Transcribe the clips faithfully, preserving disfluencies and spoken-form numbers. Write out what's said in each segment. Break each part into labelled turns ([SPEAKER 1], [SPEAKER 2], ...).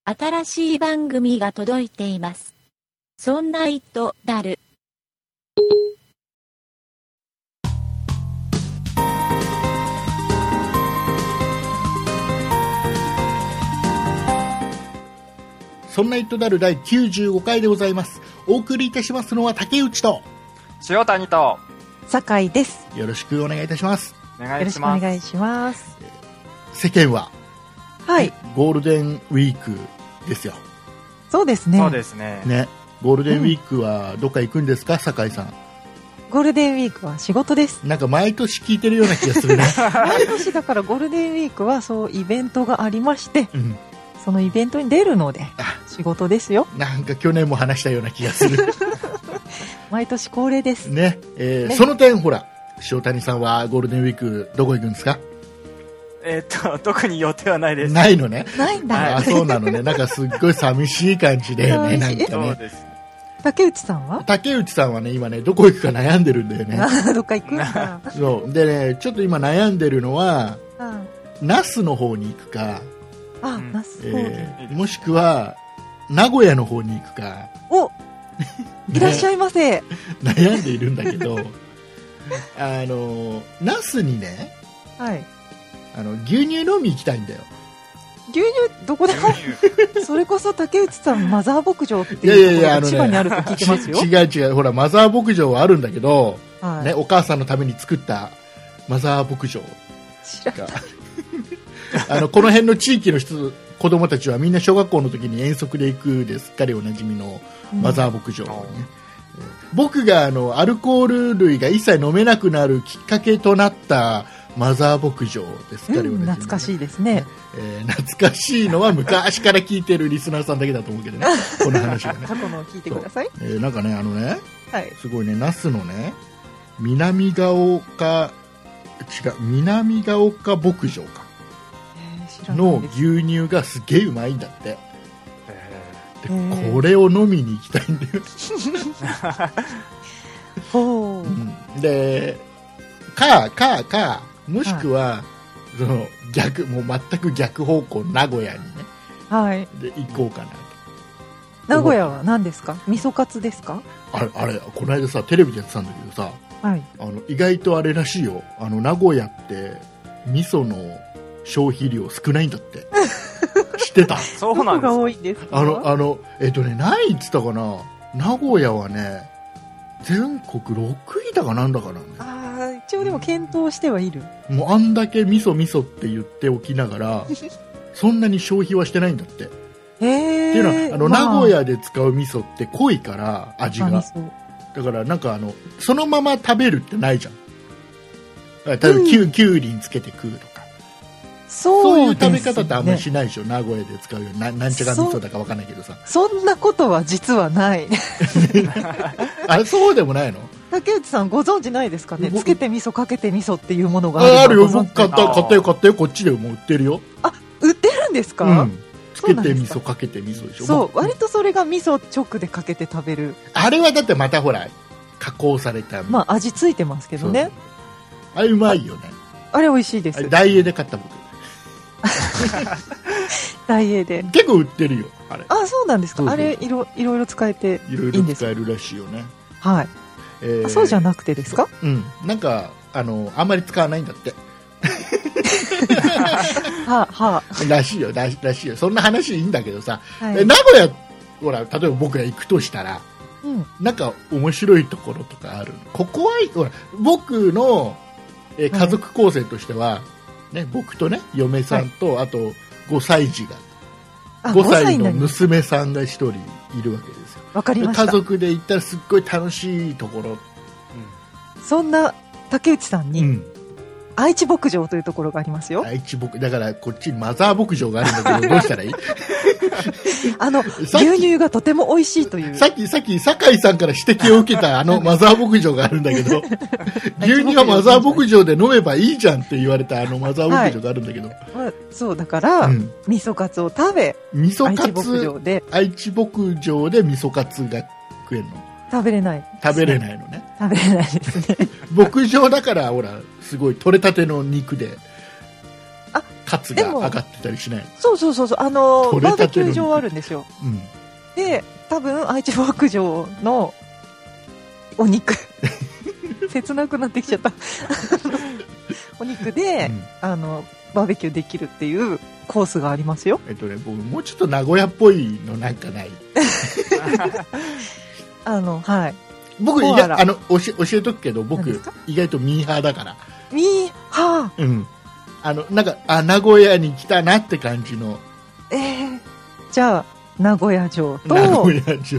[SPEAKER 1] 新しい番組が届いています。そんな糸だる。
[SPEAKER 2] そんな糸だるだいきゅうじゅうごかいでございます。お送りいたしますのは竹内と
[SPEAKER 3] 塩谷と
[SPEAKER 4] 酒井です。
[SPEAKER 2] よろしくお願いいたします。
[SPEAKER 3] お願いします。
[SPEAKER 4] よろしくお願いします。
[SPEAKER 2] 世間は、
[SPEAKER 4] はい、
[SPEAKER 2] ゴールデンウィークですよ。
[SPEAKER 4] そうですね。
[SPEAKER 3] そうですね。
[SPEAKER 2] ね、ゴールデンウィークはどっか行くんですか、うん、酒井さん。
[SPEAKER 4] ゴールデンウィークは仕事です。
[SPEAKER 2] なんか毎年聞いてるような気がするね。
[SPEAKER 4] 毎年だからゴールデンウィークはそうイベントがありまして、うん、そのイベントに出るので仕事ですよ。
[SPEAKER 2] なんか去年も話したような気がする。
[SPEAKER 4] 毎年恒例です
[SPEAKER 2] ね。えー
[SPEAKER 4] ね、
[SPEAKER 2] その点ほら、塩谷さんはゴールデンウィークどこ行くんですか？
[SPEAKER 3] えー、っと特に予定はないです。
[SPEAKER 2] ないのね。
[SPEAKER 4] ないんだ。
[SPEAKER 2] あ、そうなのね。なんかすっごい寂しい感じだよね。なんかね。
[SPEAKER 3] そうです。
[SPEAKER 4] 竹内さんは？
[SPEAKER 2] 竹内さんはね、今ね、どこ行くか悩んでるんだよね。
[SPEAKER 4] どっか行くんだ。
[SPEAKER 2] そうでね、ちょっと今悩んでるのは、
[SPEAKER 4] うん、
[SPEAKER 2] 那須の方に行くか、
[SPEAKER 4] あ、那須方面、
[SPEAKER 2] えー、もしくは名古屋の方に行くか。
[SPEAKER 4] お、いらっしゃいませ。
[SPEAKER 2] 悩んでいるんだけど、あの那須にね、
[SPEAKER 4] はい。
[SPEAKER 2] あの牛乳飲み行きたいんだよ。
[SPEAKER 4] 牛乳どこでもそれこそ竹内さんマザー牧場っていうところが千葉にあると聞いてますよ。
[SPEAKER 2] いやいや、あのね、違う違う、ほらマザー牧場はあるんだけど、
[SPEAKER 4] はい、
[SPEAKER 2] ね、お母さんのために作ったマザー牧場があのこの辺の地域の人、子供たちはみんな小学校の時に遠足で行くですっかりおなじみのマザー牧場、ね、うん、僕があのアルコール類が一切飲めなくなるきっかけとなったマザー牧場ですか、うん、
[SPEAKER 4] 懐かしいですね、
[SPEAKER 2] えー、懐かしいのは昔から聞いてるリスナーさんだけだと思うけどね。この話はね、
[SPEAKER 4] 過去のを聞いてください。
[SPEAKER 2] えー、なんかね、あのね、
[SPEAKER 4] はい、
[SPEAKER 2] すごいね、那須のね、南ヶ丘違う南ヶ丘牧場か、えー、の牛乳がすげえうまいんだって、えー、でこれを飲みに行きたいんだよ。
[SPEAKER 4] ほう、
[SPEAKER 2] うん、でかかかもしくは、はい、その逆、もう全く逆方向、名古屋にね、
[SPEAKER 4] はい、
[SPEAKER 2] で行こうかなと。
[SPEAKER 4] 名古屋は何ですか？味噌カツですか？
[SPEAKER 2] あれ、あれこの間さテレビでやってたんだけどさ、
[SPEAKER 4] はい、
[SPEAKER 2] あの意外とあれらしいよ、あの名古屋って味噌の消費量少ないんだって。知ってた？
[SPEAKER 3] そうなんですか？
[SPEAKER 4] どこが多いんですか？
[SPEAKER 2] あのあのえっとね、何位っつったかな、名古屋はね全国ろくいだかなんだかなんね。
[SPEAKER 4] あ、一応でも検討してはいる。
[SPEAKER 2] もうあんだけ味噌味噌って言っておきながらそんなに消費はしてないんだって。
[SPEAKER 4] へー。
[SPEAKER 2] っていうのはあの、まあ、名古屋で使う味噌って濃いから味が、だからなんかあのそのまま食べるってないじゃん。例えば、うん、きゅうきゅうりにつけて食うとか、そういう食べ方ってあんまりしないでしょ、名古屋で使うように な, なんちゃら味噌だかわかんないけどさ。
[SPEAKER 4] そ, そんなことは実はない。
[SPEAKER 2] あれ、そうでもないの？
[SPEAKER 4] 竹内さんご存知ないですかね？つけて味噌かけて味噌っていうものが
[SPEAKER 2] あ, るあるよ。僕買った買ったよ買ったよ。こっちでも売ってるよ。
[SPEAKER 4] あ、売ってるんですか？
[SPEAKER 2] うん、つけて味噌かけて味噌でしょ。
[SPEAKER 4] そう、割とそれが味噌直でかけて食べる。
[SPEAKER 2] あれはだってまたほら加工された、
[SPEAKER 4] まあ味ついてますけどね。
[SPEAKER 2] あれうまいよね。
[SPEAKER 4] あれ美味しいです。
[SPEAKER 2] ダイエーで買った僕。
[SPEAKER 4] ダイエーで
[SPEAKER 2] 結構売ってるよあれ。
[SPEAKER 4] あ、そうなんですか。そうそう、あれいろいろいろ使えていいんですか？いろいろ使
[SPEAKER 2] えるらしいよね。
[SPEAKER 4] はい、えー、そうじゃなくてですか？
[SPEAKER 2] うん、なんかあのあんまり使わないんだって。
[SPEAKER 4] はあ、はあ、
[SPEAKER 2] らしいよらしいよ。そんな話いいんだけどさ、はい、
[SPEAKER 4] え
[SPEAKER 2] 名古屋ほら例えば僕が行くとしたら、
[SPEAKER 4] うん、
[SPEAKER 2] なんか面白いところとかある？ここはほら僕の、えー、家族構成としては、はいね、僕とね嫁さんと、はい、あとごさい児がごさいの娘さんがひとりいるわけですよ。
[SPEAKER 4] わかりました。
[SPEAKER 2] 家族で行ったらすっごい楽しいところ、うん、
[SPEAKER 4] そんな竹内さんに、うん、愛知牧場というところがありますよ。
[SPEAKER 2] 愛知牧だからこっちにマザー牧場があるんだけどどうしたらいい？
[SPEAKER 4] あの牛乳がとても美味しいという。
[SPEAKER 2] さっきさっき酒井さんから指摘を受けたあのマザー牧場があるんだけど牛乳はマザー牧場で飲めばいいじゃんって言われたあのマザー牧場があるんだけど、はい、
[SPEAKER 4] まあ、そうだから、うん、味噌カツを食べ、
[SPEAKER 2] 味噌カツ
[SPEAKER 4] 愛知牧場で
[SPEAKER 2] 愛知牧場で味噌カツが食えるの？
[SPEAKER 4] 食べれない、ね、
[SPEAKER 2] 食べれないのね。
[SPEAKER 4] 食べれないですね。
[SPEAKER 2] 牧場だからほらすごい取れたての肉で。
[SPEAKER 4] あ、
[SPEAKER 2] カツが上がってたりしないの？
[SPEAKER 4] そうそうそうそう、あの
[SPEAKER 2] 取れ
[SPEAKER 4] バーベキ
[SPEAKER 2] たての
[SPEAKER 4] ュー場あるんですよ。
[SPEAKER 2] うん。
[SPEAKER 4] で、多分愛知牧場のお肉切なくなってきちゃったお肉で、うん、あのバーベキューできるっていうコースがありますよ。
[SPEAKER 2] えっとね、僕もうちょっと名古屋っぽいのなんかない
[SPEAKER 4] あのはい、
[SPEAKER 2] 僕意外あの教え教えとくけど、僕意外とミーハーだから。
[SPEAKER 4] ミーハー、
[SPEAKER 2] うん、あのなんかあ名古屋に来たなって感じの。
[SPEAKER 4] えー、じゃあ名古屋城と
[SPEAKER 2] 名古屋城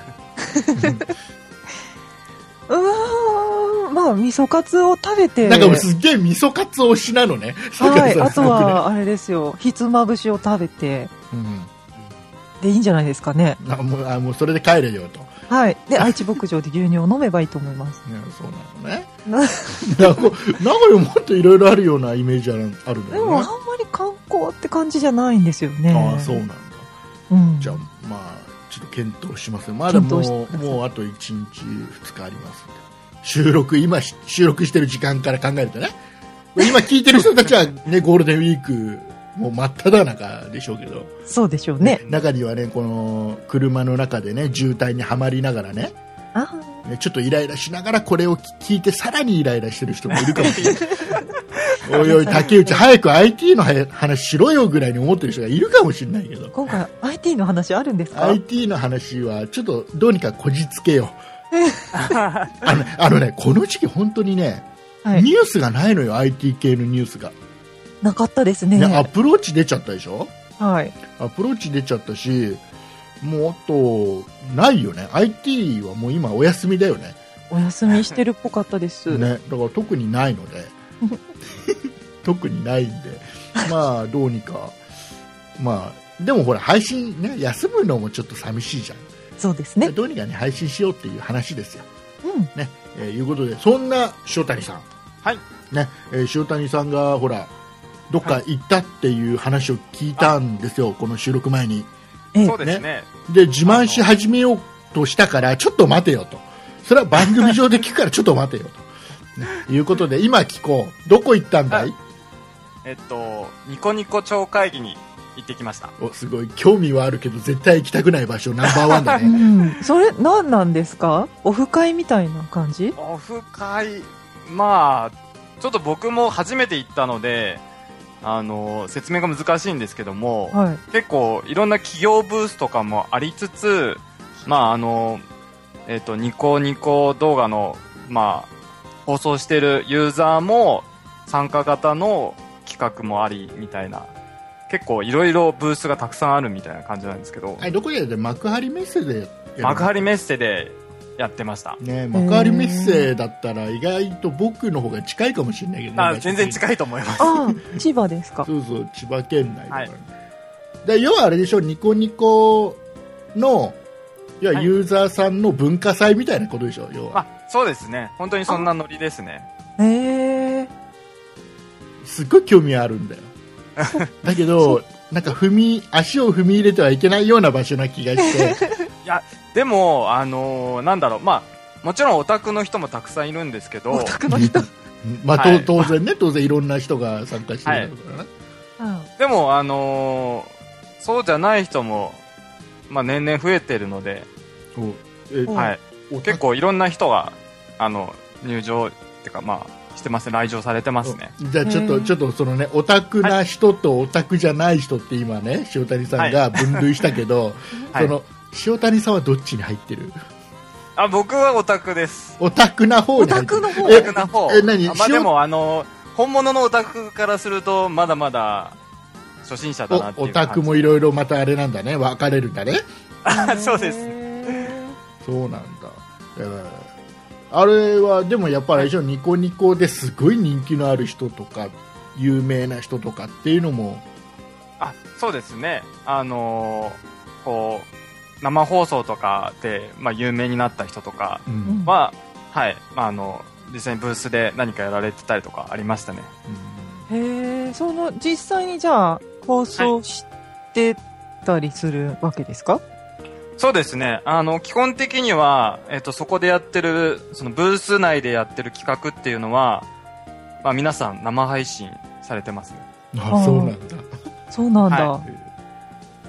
[SPEAKER 4] うわー、まあ味噌カツを食べて、
[SPEAKER 2] なんかもうすっげえ味噌カツ推しなのね。
[SPEAKER 4] はい、あとはあれですよ、ひつまぶしを食べて、うん、でいいんじゃないですかね。
[SPEAKER 2] あもうあもうそれで帰れよと。
[SPEAKER 4] はい、で愛知牧場で牛乳を飲めばいいと思います。
[SPEAKER 2] ね、そうなのね。名古屋もっといろいろあるようなイメージあるんだよね。
[SPEAKER 4] でもあんまり観光って感じじゃないんですよね。
[SPEAKER 2] ああ、そうなんだ。うん、じゃあまあちょっと検討しますね。まだもうもうあといちにちふつかありますんで。収録今収録してる時間から考えるとね、今聞いてる人たちはねゴールデンウィークもう真っ只中でしょうけど、
[SPEAKER 4] そうでしょうね。
[SPEAKER 2] 中にはねこの車の中でね渋滞にはまりながらね、あねちょっとイライラしながらこれを聞いてさらにイライラしてる人もいるかもしれないおいおい竹内早く アイティー の話しろよぐらいに思ってる人がいるかもしれないけど、
[SPEAKER 4] 今回 アイティー の話あるんですか？
[SPEAKER 2] アイティー の話はちょっとどうにかこじつけようあのあのねこの時期本当にね、はい、ニュースがないのよ。 アイティー 系のニュースが
[SPEAKER 4] なかったですね。
[SPEAKER 2] ね、アプローチ出ちゃったでしょ。
[SPEAKER 4] はい、
[SPEAKER 2] アプローチ出ちゃったし、もうあとないよね。 アイティー はもう今お休みだよね。
[SPEAKER 4] お休みしてるっぽかったです
[SPEAKER 2] ね、だから特にないので特にないんで、まあどうにか、まあでもほら配信ね休むのもちょっと寂しいじゃん。
[SPEAKER 4] そうですね。
[SPEAKER 2] どうにかね配信しようっていう話ですよ。
[SPEAKER 4] うん
[SPEAKER 2] ね、えー、いうことでそんな塩谷さん、
[SPEAKER 3] はい
[SPEAKER 2] ね、えー、塩谷さんがほらどっか行ったっていう話を聞いたんですよ、この収録前に。
[SPEAKER 3] そうですね。
[SPEAKER 2] で自慢し始めようとしたからちょっと待てよと。それは番組上で聞くからちょっと待てよと、ね、いうことで今聞こう。どこ行ったんだい？
[SPEAKER 3] えっとニコニコ超会議に行ってきました。
[SPEAKER 2] おすごい興味はあるけど絶対行きたくない場所ナンバーワンだね、
[SPEAKER 4] うん、それ何なんですか？オフ会みたいな感じ？
[SPEAKER 3] オフ会、まあちょっと僕も初めて行ったのであの説明が難しいんですけども、はい、結構いろんな企業ブースとかもありつつ、まああのえっとニコニコ動画のまあ放送してるユーザーも参加型の企画もありみたいな、結構いろいろブースがたくさんあるみたいな感じなんですけど、
[SPEAKER 2] はい、どこでやって幕張メッセで
[SPEAKER 3] 幕張メッセでやってました、
[SPEAKER 2] ね、幕張メッセだったら意外と僕の方が近いかもしれないけど、ね、
[SPEAKER 3] あ全然近いと思います。
[SPEAKER 4] あ千葉ですか？
[SPEAKER 2] そうそう千葉県内だから、ね、はい、で要はあれでしょ、ニコニコのいや、はい、ユーザーさんの文化祭みたいなことでしょ、要は。
[SPEAKER 3] あそうですね、本当にそんなノリですね。
[SPEAKER 4] へえ、
[SPEAKER 2] すっごい興味あるんだよだけどなんか踏み足を踏み入れてはいけないような場所な気がして
[SPEAKER 3] いやでもあのー、なんだろう、まあもちろんオタクの人もたくさんいるんですけど、
[SPEAKER 4] オタクの人
[SPEAKER 2] まあ、はい、当然ね当然いろんな人が参加してるんだからね、
[SPEAKER 3] はい、でもあのー、そうじゃない人もまあ年々増えてるので、えはい、結構いろんな人があの入場ってかまあしてますね、来場されてますね。
[SPEAKER 2] じゃあちょっとちょっとそのねオタクな人とオタクじゃない人って今ね塩谷さんが分類したけど、はい、その塩谷さんはどっちに入ってる？
[SPEAKER 3] あ僕はオタクです。
[SPEAKER 2] オタクな方に入ってる。
[SPEAKER 4] オタクの方。
[SPEAKER 3] オタクな方。
[SPEAKER 2] え何？
[SPEAKER 3] まあでもあの本物のオタクからするとまだまだ初心者だなっていう感じ。
[SPEAKER 2] オタクもいろいろまたあれなんだね、分かれるんだね。
[SPEAKER 3] あそうです。
[SPEAKER 2] そうなんだ。あれはでもやっぱりニコニコですごい人気のある人とか有名な人とかっていうのも、
[SPEAKER 3] あそうですね、あのー、こう生放送とかで、まあ、有名になった人とかは、うん、はい、まあ、あの実際にブースで何かやられてたりとかありましたね、
[SPEAKER 4] うん、へえ、その実際にじゃあ放送してたりするわけですか？
[SPEAKER 3] そうですね、あの基本的には、えっと、そこでやってるそのブース内でやってる企画っていうのは、まあ、皆さん生配信されてますね。
[SPEAKER 2] あ、そうなんだ。
[SPEAKER 4] そうなんだ。
[SPEAKER 3] はい、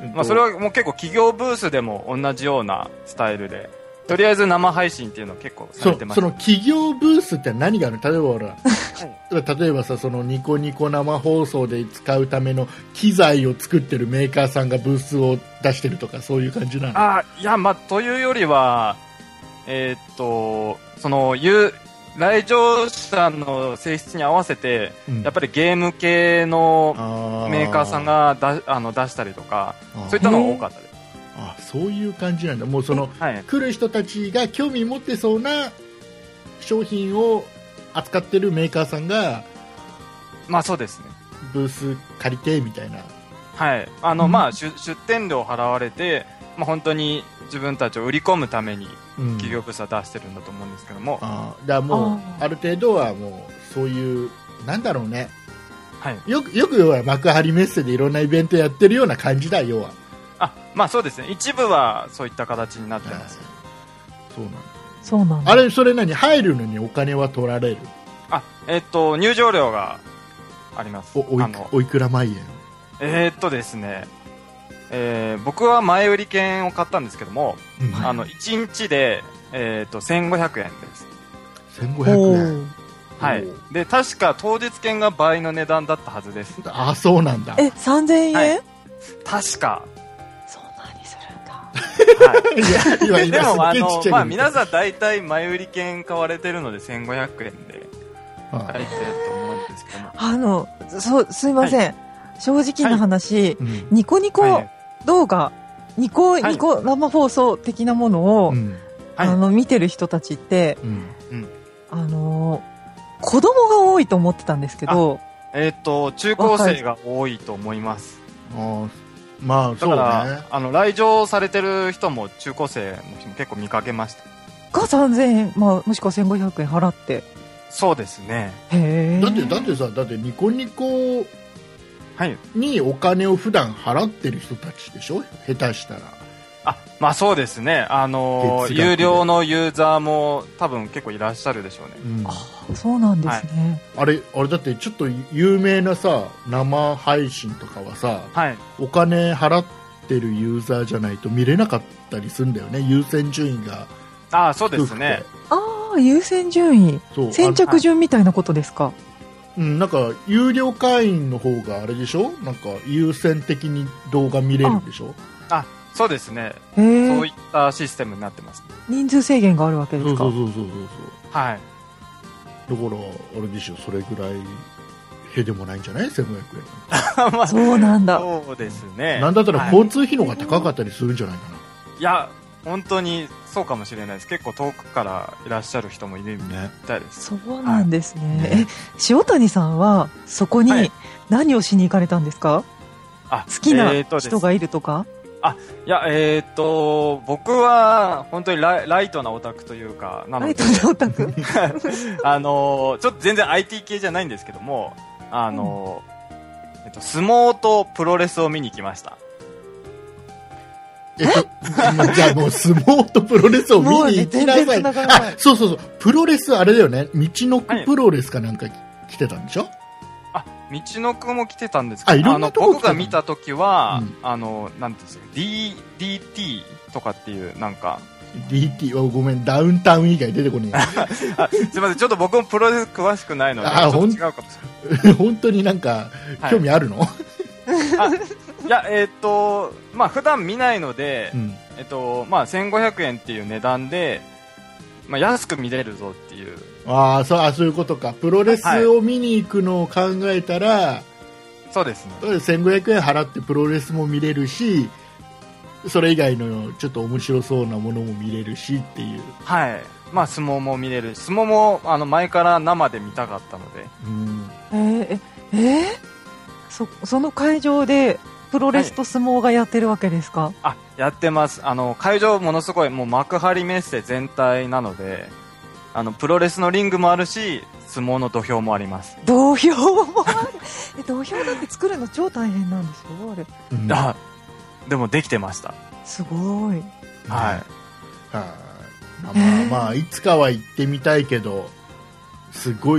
[SPEAKER 3] まあ、それはもう結構企業ブースでも同じようなスタイルで、とりあえず生配信っていうのを結構されてます。
[SPEAKER 2] そ, その企業ブースって何があるの？例えばほら、はい、例えばさ、そのニコニコ生放送で使うための機材を作ってるメーカーさんがブースを出してるとか、そういう感じなの？
[SPEAKER 3] あ、いや、まあ、というよりは、えー、っと、その、いう、来場者の性質に合わせて、うん、やっぱりゲーム系のメーカーさんがだあの出したりとか、そういったのが多かったです。
[SPEAKER 2] あ、そういう感じなんだ。もうその、はい、来る人たちが興味持ってそうな商品を扱ってるメーカーさんが、
[SPEAKER 3] まあそうですね。
[SPEAKER 2] ブース借りてみたいな。
[SPEAKER 3] はい。あの、うん、まあ出店料払われて、まあ本当に自分たちを売り込むために企業ブースは出してるんだと思うんですけども。
[SPEAKER 2] うん、ああ、だからもうある程度はもうそういうなんだろうね。はい。よくよく要は幕張メッセでいろんなイベントやってるような感じだ、要は。
[SPEAKER 3] あ、まあそうですね。一部はそういった形になってます。
[SPEAKER 2] そうなんだ。
[SPEAKER 4] そうなんだ。
[SPEAKER 2] あれ、それ何？入るのにお金は取られる？
[SPEAKER 3] あ、えー、っと、入場料があります。
[SPEAKER 2] お、おい、
[SPEAKER 3] あの
[SPEAKER 2] おいくら万円？
[SPEAKER 3] えー、っとですね、えー、僕は前売り券を買ったんですけども、うん、あの、いちにちで、えー、っと、せんごひゃくえんです。
[SPEAKER 2] せんごひゃくえん？
[SPEAKER 3] はい。で、確か当日券が倍の値段だったはずです。
[SPEAKER 2] あ、そうなんだ。
[SPEAKER 4] え、さんぜんえん？はい、
[SPEAKER 3] 確か。
[SPEAKER 4] はい、
[SPEAKER 3] いやでもあの、まあ、皆さん大体前売り券買われてるのでせんごひゃくえんで買えてると思うんですけども、
[SPEAKER 4] あのそうすいません、はい、正直な話、はい、ニコニコ動画、はい、ニコニコ生放送的なものを、はい、あの見てる人たちって、はい、あの子供が多いと思ってたんですけど、
[SPEAKER 3] えっと中高生が多いと思います。
[SPEAKER 2] あまあ、そうね、
[SPEAKER 3] だからあの来場されてる人も中高生の人も結構見かけました
[SPEAKER 4] がさんぜんえん、まあ、もしくはせんごひゃくえん払って。
[SPEAKER 3] そうですね。
[SPEAKER 4] へ
[SPEAKER 2] だってだってさ、だってニコニコにお金を普段払ってる人たちでしょ、下手したら。
[SPEAKER 3] あ、まあそうですね、あの有料のユーザーも多分結構いらっしゃるでしょうね、
[SPEAKER 4] うん、あ、そうなんですね、
[SPEAKER 2] はい、あれあれだってちょっと有名なさ生配信とかはさ、はい、お金払ってるユーザーじゃないと見れなかったりするんだよね、優先順位が。
[SPEAKER 3] ああ、そうですね。
[SPEAKER 4] ああ、優先順位、先着順みたいなことですか。
[SPEAKER 2] うん、なんか有料会員の方があれでしょ、なんか優先的に動画見れるでしょ。
[SPEAKER 3] あ、そうですね。そういったシステムになってます、ね。
[SPEAKER 4] 人数制限があるわけですか。
[SPEAKER 2] そうそうそうそうそう。
[SPEAKER 3] はい。
[SPEAKER 2] だからあれでしょ、それぐらいへでもないんじゃない？せんごひゃくえん。
[SPEAKER 4] まあ、そうなんだ。
[SPEAKER 3] そうですね。
[SPEAKER 2] なんだったら交通費の方が高かったりするんじゃないかな。はい、
[SPEAKER 3] いや、本当にそうかもしれないです。結構遠くからいらっしゃる人もいるみたいです。
[SPEAKER 4] ね、そうなんですね。はい、え、塩谷さんはそこに何をしに行かれたんですか？はい、好きな人がいるとか？
[SPEAKER 3] あ、いや、えー、っと、僕は、本当にライ、ライトなオタクというか、なので。
[SPEAKER 4] ライトなオタク
[SPEAKER 3] あの、ちょっと全然 アイティー 系じゃないんですけども、あの、うん、えっと、相撲とプロレスを見に来ました。
[SPEAKER 2] えっと、じゃあもう相撲とプロレスを見に行きなさい。ね、あ、そうそうそう。プロレスあれだよね。道のくプロレスかなんか来てたんでしょ？はい、
[SPEAKER 3] あ、道のくも来てたんですけど、あ、あの僕が見たときは、うん、あの、なんていうんですか、D、ディーティー とかっていう、なんか。
[SPEAKER 2] ディーティー、ごめん、ダウンタウン以外出てこない。
[SPEAKER 3] あ、すみません、ちょっと僕もプロレス詳しくないので、あ、ちょっと違うかもしれない。
[SPEAKER 2] 本当になんか、興味あるの？はい、
[SPEAKER 3] あ、いや、えー、っと、まあ、普段見ないので、うん、えっと、まあ、せんごひゃくえんっていう値段で、まあ、安く見れるぞっていう。
[SPEAKER 2] ああ、そう、あ、そういうことか。プロレスを見に行くのを考えたら、はい、
[SPEAKER 3] そうですね。
[SPEAKER 2] せんごひゃくえん払ってプロレスも見れるし、それ以外のちょっと面白そうなものも見れるしっていう。
[SPEAKER 3] はい。まあ、相撲も見れるし、相撲も、あの、前から生で見たかったので。
[SPEAKER 4] うん。えー、えー、そ、その会場で、プロレスと相撲がやってるわけですか？はい、
[SPEAKER 3] あ、やってます。あの、会場ものすごい、もう幕張メッセ全体なので、あの、プロレスのリングもあるし、相撲の土俵もあります。
[SPEAKER 4] 土俵もあるえ、土俵だって作るの超大変なんですよ、あれ。
[SPEAKER 3] うん、あ、でもできてました。
[SPEAKER 4] すごい。はい。
[SPEAKER 2] はあ、まあまあ、まあ、いつかは行ってみたいけど、すごい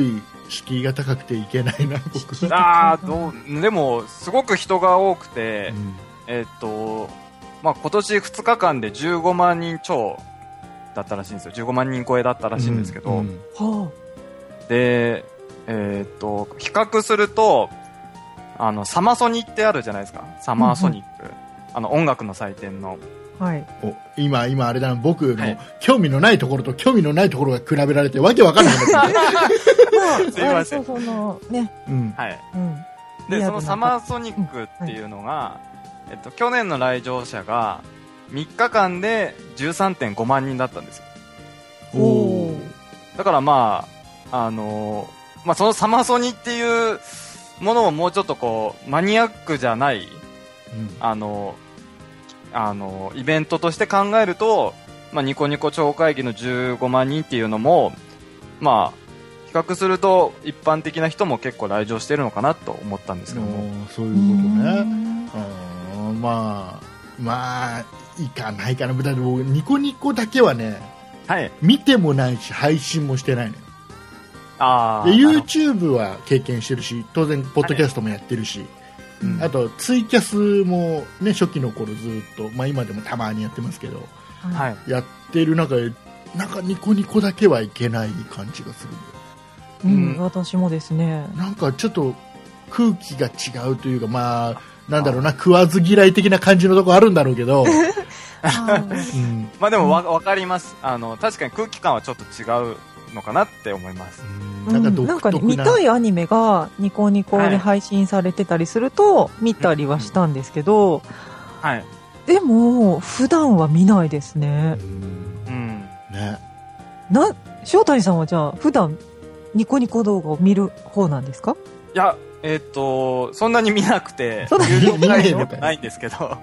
[SPEAKER 2] 敷居が高くていけないな僕。
[SPEAKER 3] ああ、どうでもすごく人が多くて、うん、えー、っとまあ今年ふつかかんでじゅうごまんにん超だったらしいんですよ。じゅうごまんにん超えだったらしいんですけど、うんうん、で、えー、っと比較するとあのサマソニってあるじゃないですか。サマーソニック、うんうん、あの音楽の祭典の。
[SPEAKER 4] はい、
[SPEAKER 2] お今、今あれだな、僕の興味のないところと興味のないところが比べられてわけわかんなくなって
[SPEAKER 3] るすいません。
[SPEAKER 4] そのね、
[SPEAKER 3] うん、はい、うん、でそのサマーソニックっていうのが、うんはい、えっと、去年の来場者がみっかかんで じゅうさんてんごまんにんだったんですよ。
[SPEAKER 2] お
[SPEAKER 3] だからまああのー、まあそのサマソニっていうものをもうちょっとこうマニアックじゃない、うん、あのーあのイベントとして考えると、まあ、ニコニコ超会議のじゅうごまんにんっていうのも、まあ、比較すると一般的な人も結構来場してるのかなと思ったんですけども。
[SPEAKER 2] そういうことね。あまあまあいかないかな。だって僕ニコニコだけはね、
[SPEAKER 3] はい、
[SPEAKER 2] 見てもないし配信もしてないのよ。
[SPEAKER 3] あ
[SPEAKER 2] で YouTube は経験してるし、当然ポッドキャストもやってるし、はいうん、あとツイキャスも、ね、初期の頃ずっと、まあ、今でもたまにやってますけど、
[SPEAKER 3] はい、
[SPEAKER 2] やってる中でなんかニコニコだけはいけない感じがする
[SPEAKER 4] んで、うんうん、私もですね。
[SPEAKER 2] なんかちょっと空気が違うというか、まあなんだろうな、食わず嫌い的な感じのとこあるんだろうけど
[SPEAKER 3] あ、うん、まあでもわ分かります。あの確かに空気感はちょっと違うのかなって思います。
[SPEAKER 4] うん、なんか独特な、なんか見たいアニメがニコニコで配信されてたりすると見たりはしたんですけど、
[SPEAKER 3] はい、
[SPEAKER 4] でも普段は見ないですね。
[SPEAKER 3] うん、
[SPEAKER 2] ね。
[SPEAKER 4] な、塩谷さんはじゃあ普段ニコニコ動画を見る方なんですか？
[SPEAKER 3] いや、えっとそんなに見なくて
[SPEAKER 2] 有料会員
[SPEAKER 3] ないんですけど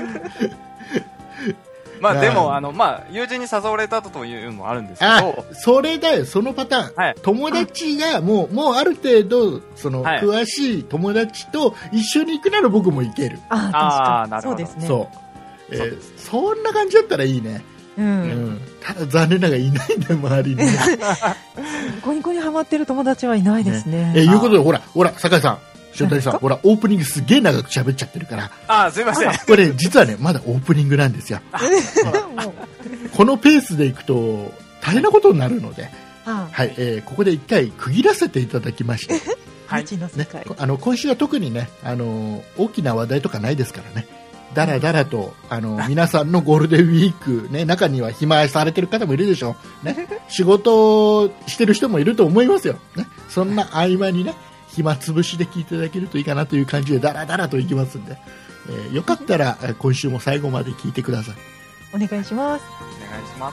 [SPEAKER 3] まあでもあの、まあ、友人に誘われたというのもあるんですけど、
[SPEAKER 2] あ、それだよ、そのパターン、はい、友達がもう、もうある程度その、はい、詳しい友達と一緒に行くなら僕も行ける。
[SPEAKER 4] ああ、確かにそうですね。
[SPEAKER 2] そう、えー、そうです。そんな感じだったらいいね。
[SPEAKER 4] うんうん、
[SPEAKER 2] ただ残念ながらいないんだよ周りにニ
[SPEAKER 4] コニコにハマってる友達はいないですね。
[SPEAKER 2] えー、いうことでほらほら酒井さん、塩谷さん、ほらオープニングすげえ長く喋っちゃってるから。
[SPEAKER 3] あ、すいません。
[SPEAKER 2] これ実はねまだオープニングなんですよこのペースでいくと大変なことになるので、はい、えー、ここで一回区切らせていただきまして
[SPEAKER 4] はい、ね、
[SPEAKER 2] あの今週は特にね、あの大きな話題とかないですからね、だらだらとあの皆さんのゴールデンウィーク、ね、中には暇されてる方もいるでしょう、ね、仕事してる人もいると思いますよ、ね、そんな合間にね暇つぶしで聞いていただけるといいかなという感じでだらだらといきますんで、えー、よかったら今週も最後まで聞いてください。
[SPEAKER 4] お願いします。
[SPEAKER 3] お願いします。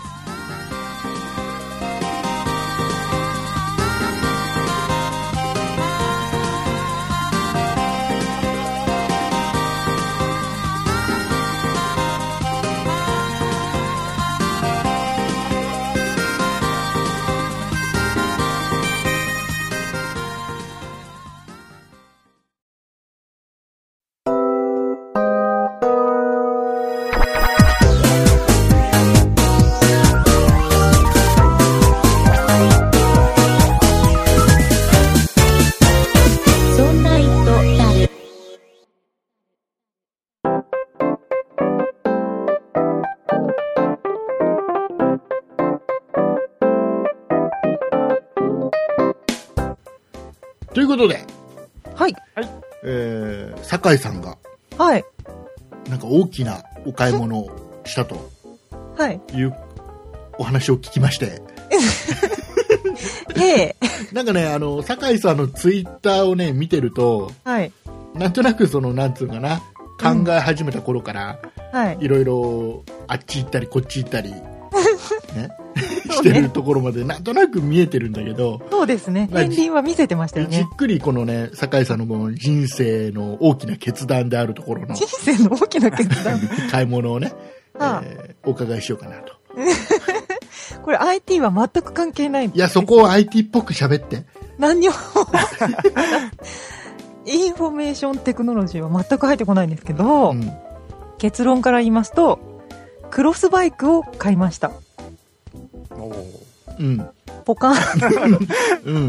[SPEAKER 2] ということで、
[SPEAKER 4] はい、
[SPEAKER 2] えー、酒井さんが、
[SPEAKER 4] はい、
[SPEAKER 2] なんか大きなお買い物をしたというお話を聞きまして、
[SPEAKER 4] ええ、
[SPEAKER 2] なんかね、あの酒井さんのツイッターをね見てると、
[SPEAKER 4] はい、
[SPEAKER 2] なんとなくそのなんつうかな、考え始めた頃から、うん、はい、いろいろあっち行ったりこっち行ったりねしてるところまでなんとなく見えてるんだけど、
[SPEAKER 4] そうですね、片鱗は見せてましたよね。
[SPEAKER 2] じっくりこのね酒井さんのこの人生の大きな決断であるところの
[SPEAKER 4] 人生の大きな決断
[SPEAKER 2] 買い物をね、ああ、えー、お伺いしようかなと
[SPEAKER 4] これ アイティー は全く関係ない、
[SPEAKER 2] いや、そこを アイティー っぽく喋って。
[SPEAKER 4] 何にもインフォメーションテクノロジーは全く入ってこないんですけど、うん、結論から言いますとクロスバイクを買いました。
[SPEAKER 3] お、
[SPEAKER 2] うん、
[SPEAKER 4] ポカン、
[SPEAKER 2] うん、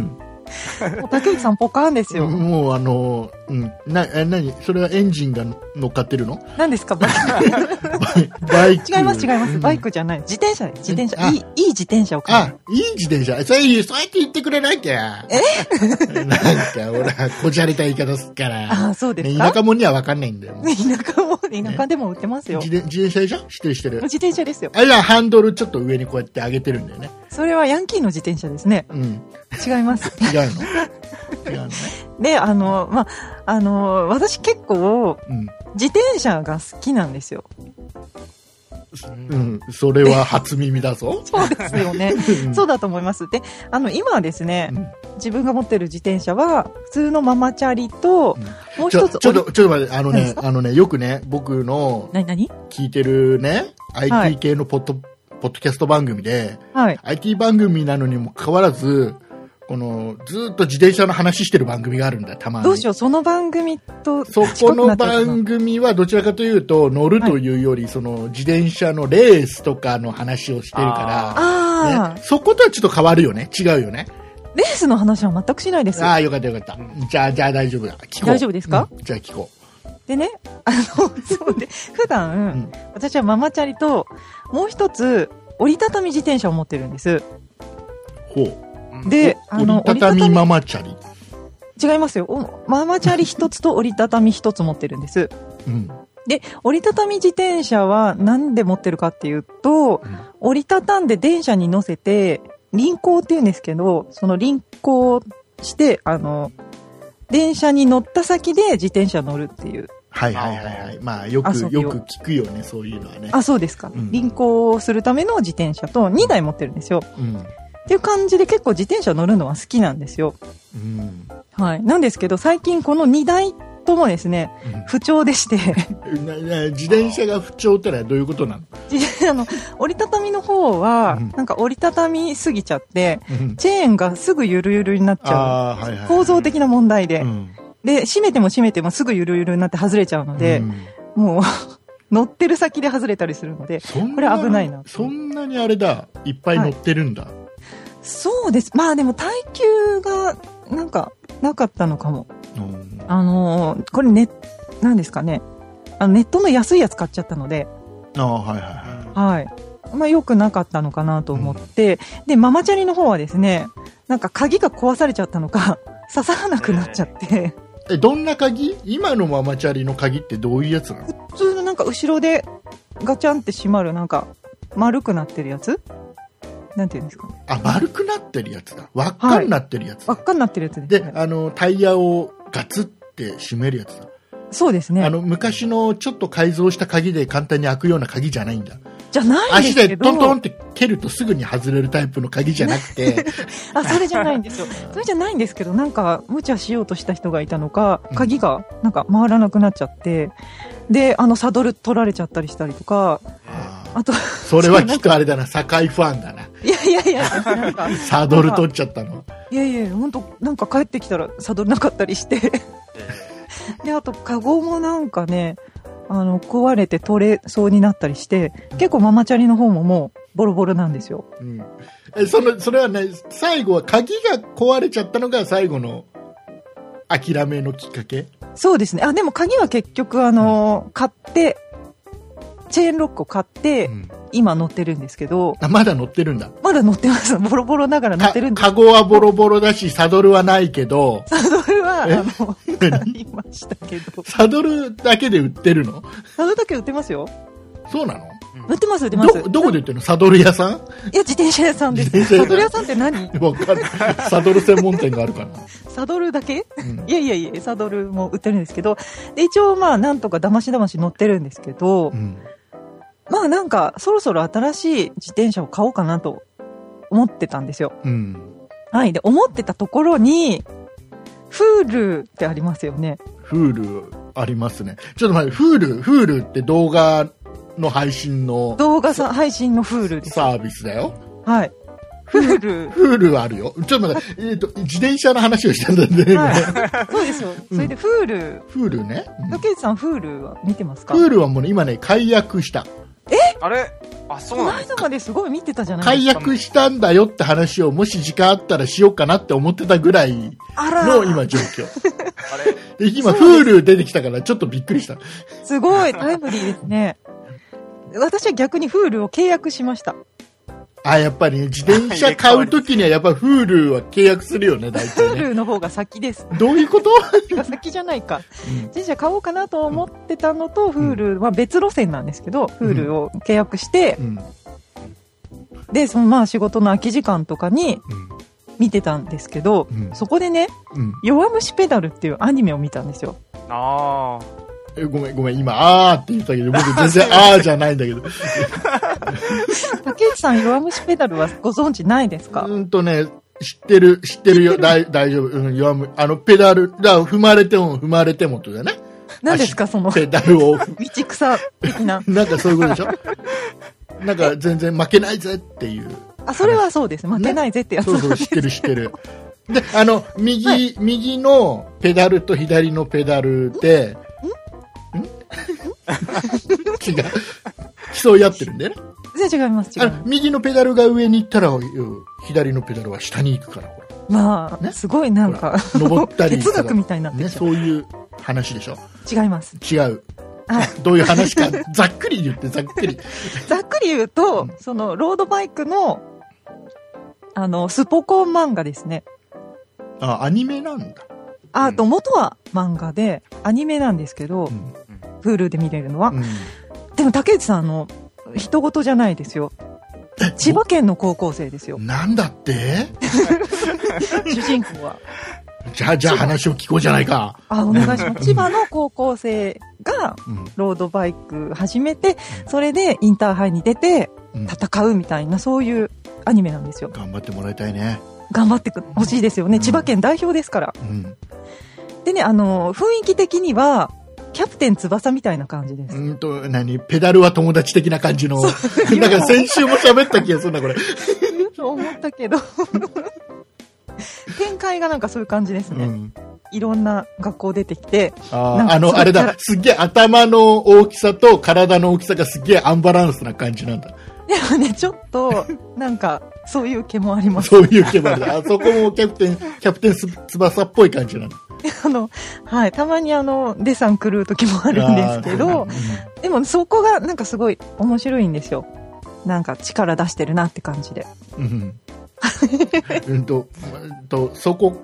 [SPEAKER 4] もう竹内さんポカーンですよ。
[SPEAKER 2] もうあの、うん、な、え、なに、それはエンジンが乗っかってるの？
[SPEAKER 4] 何ですか、バイク。
[SPEAKER 2] バイク。
[SPEAKER 4] 違います、違います。バイクじゃない。自転車です。自転車。いい、いい自転車を買う。
[SPEAKER 2] あ、いい自転車。そういう、そうやって言ってくれなきゃ。えなんか、ほら、こじゃれた言い方すっから。
[SPEAKER 4] あ、そうですか。
[SPEAKER 2] 田舎者には分かんないんだよ。
[SPEAKER 4] 田舎も、田舎でも売ってますよ。
[SPEAKER 2] 自転車でしょ？知ってる知ってる。
[SPEAKER 4] 自転車ですよ。
[SPEAKER 2] あ、じゃあハンドルちょっと上にこうやって上げてるんだよね。
[SPEAKER 4] それはヤンキーの自転車ですね。
[SPEAKER 2] うん。
[SPEAKER 4] 違います。
[SPEAKER 2] 違うの？違うのね。で、
[SPEAKER 4] あの、まあ、あの、私結構、うん、自転車が好きなんですよ。
[SPEAKER 2] うん、それは初耳だぞ。
[SPEAKER 4] そうですよね。そうだと思います。で、あの、今はですね、うん、自分が持ってる自転車は、普通のママチャリと、うん、もう一つ
[SPEAKER 2] ちょ、ちょっと、ちょっと待って、あのね、あのね、よくね、僕の、
[SPEAKER 4] なになに？
[SPEAKER 2] 聞いてるね、アイティー 系のポッド、はい、ポッドキャスト番組で、はい、アイティー 番組なのにもかかわらず、このずっと自転車の話してる番組があるんだよ、たまに。
[SPEAKER 4] どうしよう、その番組と
[SPEAKER 2] そこの番組はどちらかというと乗るというより、はい、その自転車のレースとかの話をしてるから、ね、そことはちょっと変わるよね、違うよね。
[SPEAKER 4] レースの話は全くしないです。
[SPEAKER 2] ああ、よかったよかった。じゃあじゃあ大丈夫だ。聞こう。
[SPEAKER 4] 大丈夫ですか？
[SPEAKER 2] うん、じゃあ聞こ
[SPEAKER 4] う。でね、あのそうで普段、うん、私はママチャリともう一つ折りたたみ自転車を持ってるんです。
[SPEAKER 2] ほう。
[SPEAKER 4] で、
[SPEAKER 2] あの、折りたたみママチャリ？
[SPEAKER 4] 違いますよ。ママチャリ一つと折りたたみ一つ持ってるんです。うん。で、折りたたみ自転車はなんで持ってるかっていうと、うん、折りたたんで電車に乗せて、輪行って言うんですけど、その輪行して、あの、電車に乗った先で自転車乗るっていう。
[SPEAKER 2] はいはいはいはい。まあよく、よく聞くよね、そういうのはね。
[SPEAKER 4] あ、そうですか。うん、輪行するための自転車とにだい持ってるんですよ。うん。っていう感じで結構自転車乗るのは好きなんですよ。うん、はい。なんですけど最近このにだいともですね、うん、不調でして
[SPEAKER 2] 自転車が不調ってのはどういうことなの？
[SPEAKER 4] あの折りたたみの方は、うん、なんか折りたたみすぎちゃって、うん、チェーンがすぐゆるゆるになっちゃう、はいはいはい、構造的な問題で、うん、で締めても締めてもすぐゆるゆるになって外れちゃうので、うん、もう乗ってる先で外れたりするのでこれ危ないな。
[SPEAKER 2] そんなにあれだ、いっぱい乗ってるんだ、はい、
[SPEAKER 4] そうです。まあでも耐久がなんかなかったのかも。あのー、これね、なんですかね。あのネットの安いやつ買っちゃったので。
[SPEAKER 2] ああ、はいはいはい。
[SPEAKER 4] はい。まあ良くなかったのかなと思って。うん、で、ママチャリの方はですね、なんか鍵が壊されちゃったのか、刺さらなくなっちゃって。
[SPEAKER 2] え、どんな鍵？今のママチャリの鍵ってどういうやつなの？
[SPEAKER 4] 普通のなんか後ろでガチャンって閉まるなんか丸くなってるやつ？なんていうんですかね。
[SPEAKER 2] あ、丸くなってるやつだ。輪っかになってるやつだ。
[SPEAKER 4] 輪っかになってるやつですね。
[SPEAKER 2] で、あの、タイヤをガツって締めるやつだ。
[SPEAKER 4] そうですね。
[SPEAKER 2] あの、昔のちょっと改造した鍵で簡単に開くような鍵じゃないんだ。
[SPEAKER 4] じゃないんですけど。
[SPEAKER 2] 足でトントンって蹴るとすぐに外れるタイプの鍵じゃなくて。
[SPEAKER 4] あ、それじゃないんですよ。それじゃないんですけど、なんか、無茶しようとした人がいたのか、鍵がなんか回らなくなっちゃって、うん、で、あの、サドル取られちゃったりしたりとか、あと、
[SPEAKER 2] それはきっとあれだな、堺ファンだな。
[SPEAKER 4] いやいやいや、なんか
[SPEAKER 2] サドル取っちゃったの。
[SPEAKER 4] いやいや、本当なんか帰ってきたらサドルなかったりして。で、あと、カゴもなんかね、あの、壊れて取れそうになったりして、結構ママチャリの方ももうボロボロなんですよ。うん。
[SPEAKER 2] え、その、それはね、最後は鍵が壊れちゃったのが最後の諦めのきっかけ？
[SPEAKER 4] そうですね。あ、でも鍵は結局あの、うん、買って、チェーンロックを買って、うん、今乗ってるんですけど。
[SPEAKER 2] あ、まだ乗ってるんだ。
[SPEAKER 4] まだ乗ってます。ボロボロながら乗ってるんです。
[SPEAKER 2] カゴはボロボロだし、サドルはないけど。
[SPEAKER 4] サドルは、あの、買いましたけど。
[SPEAKER 2] サドルだけで売ってるの？
[SPEAKER 4] サドルだけ売ってますよ。
[SPEAKER 2] そうなの？
[SPEAKER 4] 売ってます、売ってます。
[SPEAKER 2] ど、どこで売ってるの？サドル屋さん？いや、
[SPEAKER 4] 自転車屋さんです。サドル屋さんって何？
[SPEAKER 2] わかんない。サドル専門店があるかな。
[SPEAKER 4] サドルだけ？うん、いやいやいや、サドルも売ってるんですけど、で一応まあ、なんとかだましだまし乗ってるんですけど、うん、まあなんか、そろそろ新しい自転車を買おうかなと思ってたんですよ。うん、はい。で、思ってたところに、Hulu ってありますよね。
[SPEAKER 2] Hulu ありますね。ちょっと待って、Hulu、Hulu って動画の配信の。
[SPEAKER 4] 動画さ配信の Hulu です。
[SPEAKER 2] サービスだよ。
[SPEAKER 4] はい。Hulu。
[SPEAKER 2] Hulu あるよ。ちょっと待って、えっと、自転車の話をしたんだね。
[SPEAKER 4] はい。そうですよ。それで Hulu。
[SPEAKER 2] Hulu ね。
[SPEAKER 4] 竹内さん Hulu は見てますか？
[SPEAKER 2] Hulu はもうね、今ね、解約した。
[SPEAKER 4] え
[SPEAKER 3] あれあ、そうなんですか。
[SPEAKER 4] この間まですごい見てたじゃないですか。
[SPEAKER 2] 解約したんだよって話をもし時間あったらしようかなって思ってたぐらいの今状況。あれで今、Hulu 出てきたからちょっとびっくりした。
[SPEAKER 4] すごい、タイムリーですね。私は逆に Hulu を契約しました。
[SPEAKER 2] あ、やっぱりね、自転車買うときにはやっぱ Hulu は契約するよね、大体ね。
[SPEAKER 4] Hulu の方が先です。
[SPEAKER 2] どういうこと
[SPEAKER 4] が先じゃないか。うん、自転車買おうかなと思ってたのと、Hulu は別路線なんですけど、うん、Hulu を契約して、うん、で、そのまあ仕事の空き時間とかに見てたんですけど、うん、そこでね、うん、弱虫ペダルっていうアニメを見たんですよ。
[SPEAKER 3] ああ。
[SPEAKER 2] え、ごめんごめん、今、あーって言ったけど、僕全然あーじゃないんだけど。
[SPEAKER 4] 竹内さん、弱虫ペダルはご存知ないですか？
[SPEAKER 2] うんとね、知ってる、知ってるよ、大丈夫。うん、弱虫、あの、ペダル、だ踏まれても踏まれてもとだね。
[SPEAKER 4] 何ですか、その、
[SPEAKER 2] ペダルを。
[SPEAKER 4] 道草的な。
[SPEAKER 2] なんかそういうことでしょ？なんか全然負けないぜっていう。
[SPEAKER 4] あ、それはそうです。負けないぜってやつ、
[SPEAKER 2] ね。そうそう、知ってる知ってる。で、あの、右、はい、右のペダルと左のペダルで、違う。競い合ってるんだよね。
[SPEAKER 4] 全然違います。違います。
[SPEAKER 2] 右のペダルが上に行ったら、左のペダルは下に行くから。
[SPEAKER 4] まあ、ね、すごいなんか、
[SPEAKER 2] 登ったり。
[SPEAKER 4] 哲学みたいになってる、
[SPEAKER 2] ね。そういう話でしょ。
[SPEAKER 4] 違います。
[SPEAKER 2] 違う。はい、どういう話か、ざっくり言って、ざっくり。
[SPEAKER 4] ざっくり言うと、うん、その、ロードバイクの、あの、スポコン漫画ですね。
[SPEAKER 2] あ、アニメなんだ。
[SPEAKER 4] あと、元は漫画で、アニメなんですけど、うん、Hulu で見れるのは。うん、でも、竹内さん、あの、人事じゃないですよ。千葉県の高校生ですよ。
[SPEAKER 2] なんだって
[SPEAKER 4] 主人公は。
[SPEAKER 2] じゃあ、じゃあ話を聞こうじゃないか。
[SPEAKER 4] あ、お願いします。千葉の高校生が、ロードバイク始めて、それでインターハイに出て、戦うみたいな、そういうアニメなんですよ。
[SPEAKER 2] 頑張ってもらいたいね。
[SPEAKER 4] 頑張ってほしいですよね。うん、千葉県代表ですから。うん、でね、あの、雰囲気的には、キャプテン翼みたいな感じです。
[SPEAKER 2] うんと、何ペダルは友達的な感じの。なんか先週も喋った気がするな、これ。
[SPEAKER 4] そう思ったけど。展開がなんかそういう感じですね。うん、いろんな学校出てきて。
[SPEAKER 2] ああの、あれだ、すっげえ頭の大きさと体の大きさがすっげえアンバランスな感じなんだ。
[SPEAKER 4] でもね、ちょっと、なんか、そういう毛もあります。
[SPEAKER 2] そういう毛もある。あそこもキャプテン、キャプテン翼っぽい感じなんだ。
[SPEAKER 4] あの、はい、たまにあの、デさん狂う時もあるんですけど、うん、でもそこがなんかすごい面白いんですよ。なんか力出してるなって感じで。うん。
[SPEAKER 2] うんと、と、そこと、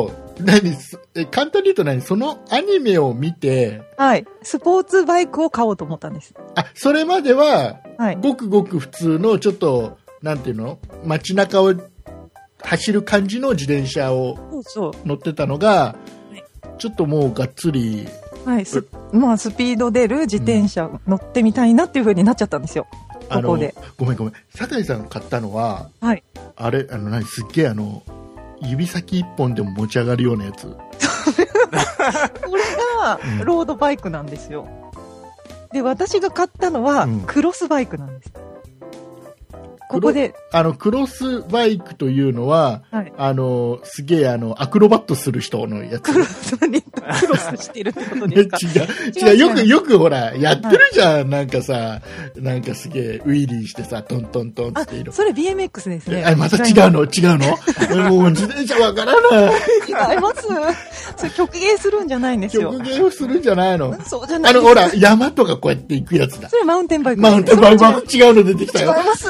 [SPEAKER 2] 何、え、簡単に言うと何、そのアニメを見て、
[SPEAKER 4] はい、スポーツバイクを買おうと思ったんです。
[SPEAKER 2] あ、それまでは、はい、ごくごく普通の、ちょっと、なんていうの、街中を走る感じの自転車を乗ってたのが、そうそう、ちょっともうがっつり、
[SPEAKER 4] はい、すまあ、スピード出る自転車乗ってみたいなっていう風になっちゃったんですよ。ここで。
[SPEAKER 2] ごめんごめん。酒井さん買ったのは、
[SPEAKER 4] はい。
[SPEAKER 2] あれ、あの、何、すっげえあの、指先一本でも持ち上がるようなやつ。こ
[SPEAKER 4] れが、ロードバイクなんですよ。で、私が買ったのは、クロスバイクなんです。ここで。
[SPEAKER 2] あの、クロスバイクというのは、はい、あの、すげえあの、アクロバットする人のやつ。
[SPEAKER 4] クロス、クロスしてるってことですか？
[SPEAKER 2] 違う、違う、よく、よくほら、やってるじゃん、はい、なんかさ、なんかすげえ、ウィリーしてさ、トントントンっていうの。
[SPEAKER 4] それ ビーエムエックス ですね。
[SPEAKER 2] あ、また違うの違うのもう自転車わからない。
[SPEAKER 4] 違います。それ曲芸するんじゃないんですよ。
[SPEAKER 2] 曲芸をするんじゃないの？
[SPEAKER 4] そうじゃない。
[SPEAKER 2] あの、ほら、山とかこうやって行くやつだ。
[SPEAKER 4] それマウンテンバイク。
[SPEAKER 2] マウンテンバイク、違うの出てきたよ。
[SPEAKER 4] 違います。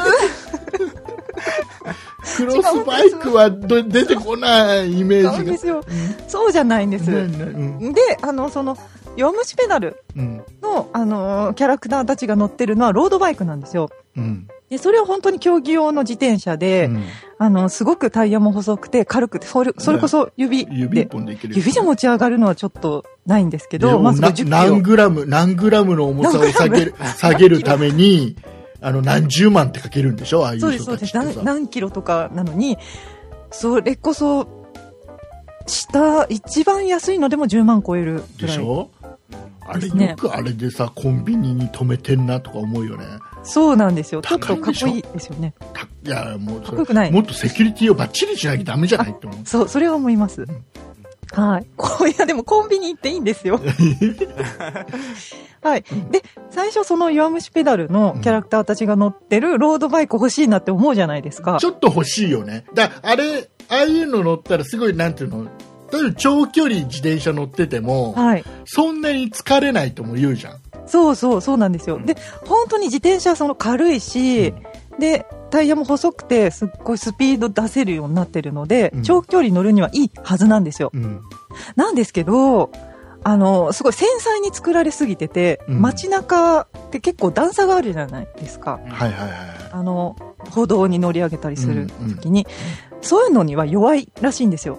[SPEAKER 2] クロスバイクはど出てこないイメージが。
[SPEAKER 4] そうですよ。うん、そうじゃないんです。うん、で、あの、その、弱虫ペダルの、うん、あの、キャラクターたちが乗ってるのはロードバイクなんですよ。うん、で、それは本当に競技用の自転車で、うん、あの、すごくタイヤも細くて軽くて、それ、それこそ指で、
[SPEAKER 2] 指一本でいける。
[SPEAKER 4] 指で持ち上がるのはちょっとないんですけど、まずごじゅっキロ。
[SPEAKER 2] 何グラム、何グラムの重さを下げる、下げるために、あの、何十万ってかけるんでしょ？ああいう人たちってさ。そうです、そうです。何、
[SPEAKER 4] 何キロとかなのに、それこそ、下、一番安いのでもじゅうまん超えるぐらい。
[SPEAKER 2] でしょ？あれよくあれでさ、コンビニに止めてんなとか思うよね。
[SPEAKER 4] そうなんですよ。ちょっとかっこいいですよね。
[SPEAKER 2] いや、もうそれ、
[SPEAKER 4] かっこよくない。
[SPEAKER 2] もっとセキュリティをバッチリしなきゃダメじゃないって思う。
[SPEAKER 4] そう、それは思います。うん、 はい。こいや、でもコンビニ行っていいんですよ。はい。で、最初その弱虫ペダルのキャラクターたちが乗ってるロードバイク欲しいなって思うじゃないですか。
[SPEAKER 2] ちょっと欲しいよね。だあれ、ああいうの乗ったらすごい、なんていうの、例えば長距離自転車乗ってても、はい、そんなに疲れないとも言うじゃん。
[SPEAKER 4] そうそう、そうなんですよ。で、本当に自転車はその軽いし、うん、で、タイヤも細くてすっごいスピード出せるようになってるので、うん、長距離乗るにはいいはずなんですよ。うん、なんですけど、あの、すごい繊細に作られすぎてて、うん、街中って結構段差があるじゃないですか。
[SPEAKER 2] はいはいはい。
[SPEAKER 4] あの、歩道に乗り上げたりするときに、うんうん、そういうのには弱いらしいんですよ。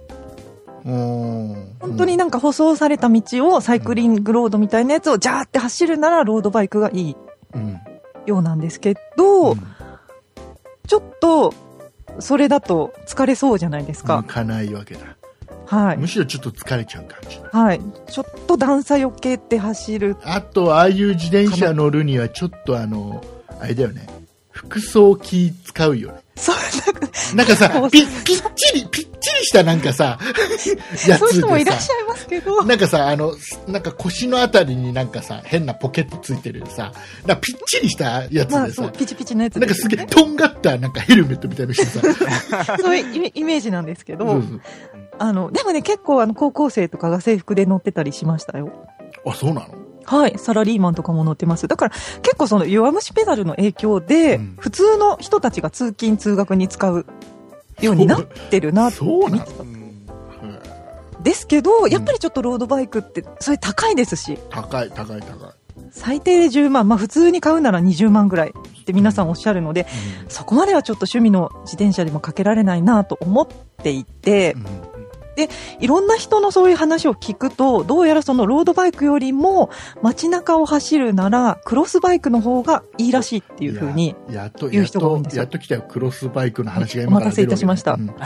[SPEAKER 4] 本当になんか舗装された道をサイクリングロードみたいなやつをジャーって走るならロードバイクがいいようなんですけど、うん、ちょっとそれだと疲れそうじゃないですか。
[SPEAKER 2] 向かないわけだ。
[SPEAKER 4] はい。
[SPEAKER 2] むしろちょっと疲れちゃう感じ。
[SPEAKER 4] はい。ちょっと段差避けて走る。
[SPEAKER 2] あと、ああいう自転車乗るにはちょっとあの、あれだよね。服装気使うよね。
[SPEAKER 4] そう、
[SPEAKER 2] なんかさ、ぴ、ぴっちり、ぴっちりしたなんかさ、
[SPEAKER 4] やつでさ。そういう人もいらっしゃいますけど。
[SPEAKER 2] なんかさ、あの、なんか腰のあたりになんかさ、変なポケットついてるさ、なんかぴっちりしたやつでさ、まあ、そう
[SPEAKER 4] ピチピチのやつ
[SPEAKER 2] で、ね。なんかすげえ、とんがったなんかヘルメットみたいなのして
[SPEAKER 4] さ。そういうイメージなんですけど、そうそう、あの、でもね、結構あの、高校生とかが制服で乗ってたりしましたよ。
[SPEAKER 2] あ、そうなの？
[SPEAKER 4] はい。サラリーマンとかも乗ってます。だから結構その弱虫ペダルの影響で、うん、普通の人たちが通勤通学に使うようになってるなって見てた。ですけど、やっぱりちょっとロードバイクってそれ高いですし。
[SPEAKER 2] 高い高い高い。
[SPEAKER 4] 最低でじゅうまん、まあ普通に買うならにじゅうまんぐらいって皆さんおっしゃるので、うん、そこまではちょっと趣味の自転車でもかけられないなと思っていて、うん、で、いろんな人のそういう話を聞くと、どうやらそのロードバイクよりも街中を走るならクロスバイクの方がいいらしいっていう風に言う人が多いんですよ。
[SPEAKER 2] やっと来たよ、クロスバイクの話が今から出るわけ。
[SPEAKER 4] お待たせいたしました。うん、で、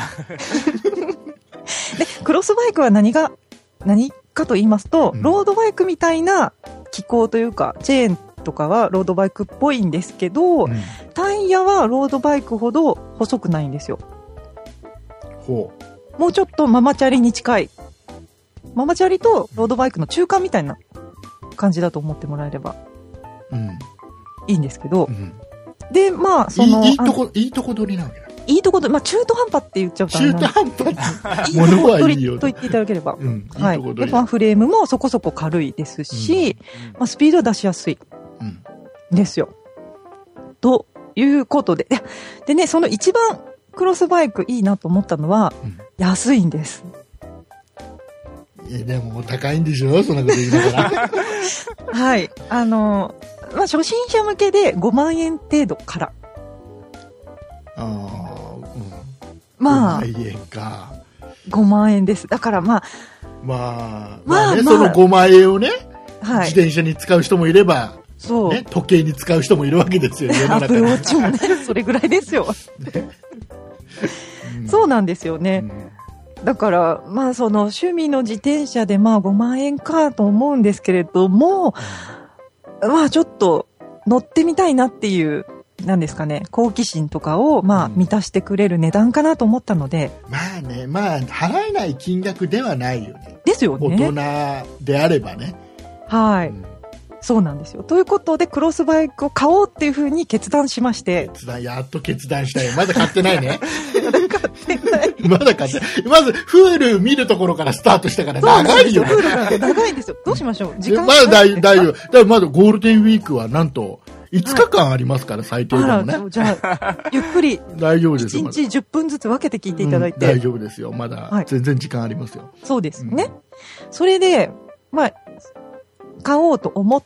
[SPEAKER 4] クロスバイクは何が、何かと言いますと、うん、ロードバイクみたいな機構というか、チェーンとかはロードバイクっぽいんですけど、うん、タイヤはロードバイクほど細くないんですよ。
[SPEAKER 2] ほう。
[SPEAKER 4] もうちょっとママチャリに近い。ママチャリとロードバイクの中間みたいな感じだと思ってもらえれば、うん、いいんですけど、うん、で、まあ、その、
[SPEAKER 2] いい、いいとこ、いいとこ取りなわけだ。
[SPEAKER 4] いいとこ取り、まあ、中途半端って言っちゃうと、
[SPEAKER 2] 中途半端ものはいいよ。
[SPEAKER 4] と言っていただければ。
[SPEAKER 2] うん、
[SPEAKER 4] はい。で、まあ、フレームもそこそこ軽いですし、うん、まあ、スピードは出しやすい。うん、ですよ。ということで。でね、その一番、クロスバイクいいなと思ったのは、うん、安いんです。
[SPEAKER 2] いや、でも高いんでしょ、そんなこと言いながら。
[SPEAKER 4] はい。あの、まあ、初心者向けでごまんえん程度から。
[SPEAKER 2] ああ、うん。
[SPEAKER 4] まあ。
[SPEAKER 2] ごまんえんか。
[SPEAKER 4] ごまんえんです。だからまあ。
[SPEAKER 2] まあ、まあね、まあ、そのごまんえんをね、はい、自転車に使う人もいれば、
[SPEAKER 4] そう。
[SPEAKER 2] ね、時計に使う人もいるわけですよ、世の中に。
[SPEAKER 4] アップルウォッチもね、それぐらいですよ。ね、そうなんですよね。うん、だから、まあその趣味の自転車でまあごまんえんかと思うんですけれども、うん、まあちょっと乗ってみたいなっていう、なんですかね、好奇心とかをまあ満たしてくれる値段かなと思ったので。
[SPEAKER 2] うん、まあね、まあ払えない金額ではないよね。
[SPEAKER 4] ですよね。
[SPEAKER 2] 大人であればね。
[SPEAKER 4] はい。うん、そうなんですよ。ということで、クロスバイクを買おうっていうふうに決断しまして。
[SPEAKER 2] 決断、やっと決断したよ。まだ買ってないね。
[SPEAKER 4] まだ買ってない。
[SPEAKER 2] まだ買ってない。まず、フール見るところからスタートしたから長いよね。
[SPEAKER 4] フールなんて長いんですよ。どうしましょう、時間
[SPEAKER 2] まだ大丈夫。だからまだゴールデンウィークはなんと、いつかかんありますから、はい、最低でもね。
[SPEAKER 4] じゃあ、ゆっくり。
[SPEAKER 2] 大丈夫ですよ。
[SPEAKER 4] いちにちじゅっぷんずつ分けて聞いていただいて。
[SPEAKER 2] うん、大丈夫ですよ。まだ、全然時間ありますよ。はい、
[SPEAKER 4] そうですね。うん、それで、まあ、買おうと思って、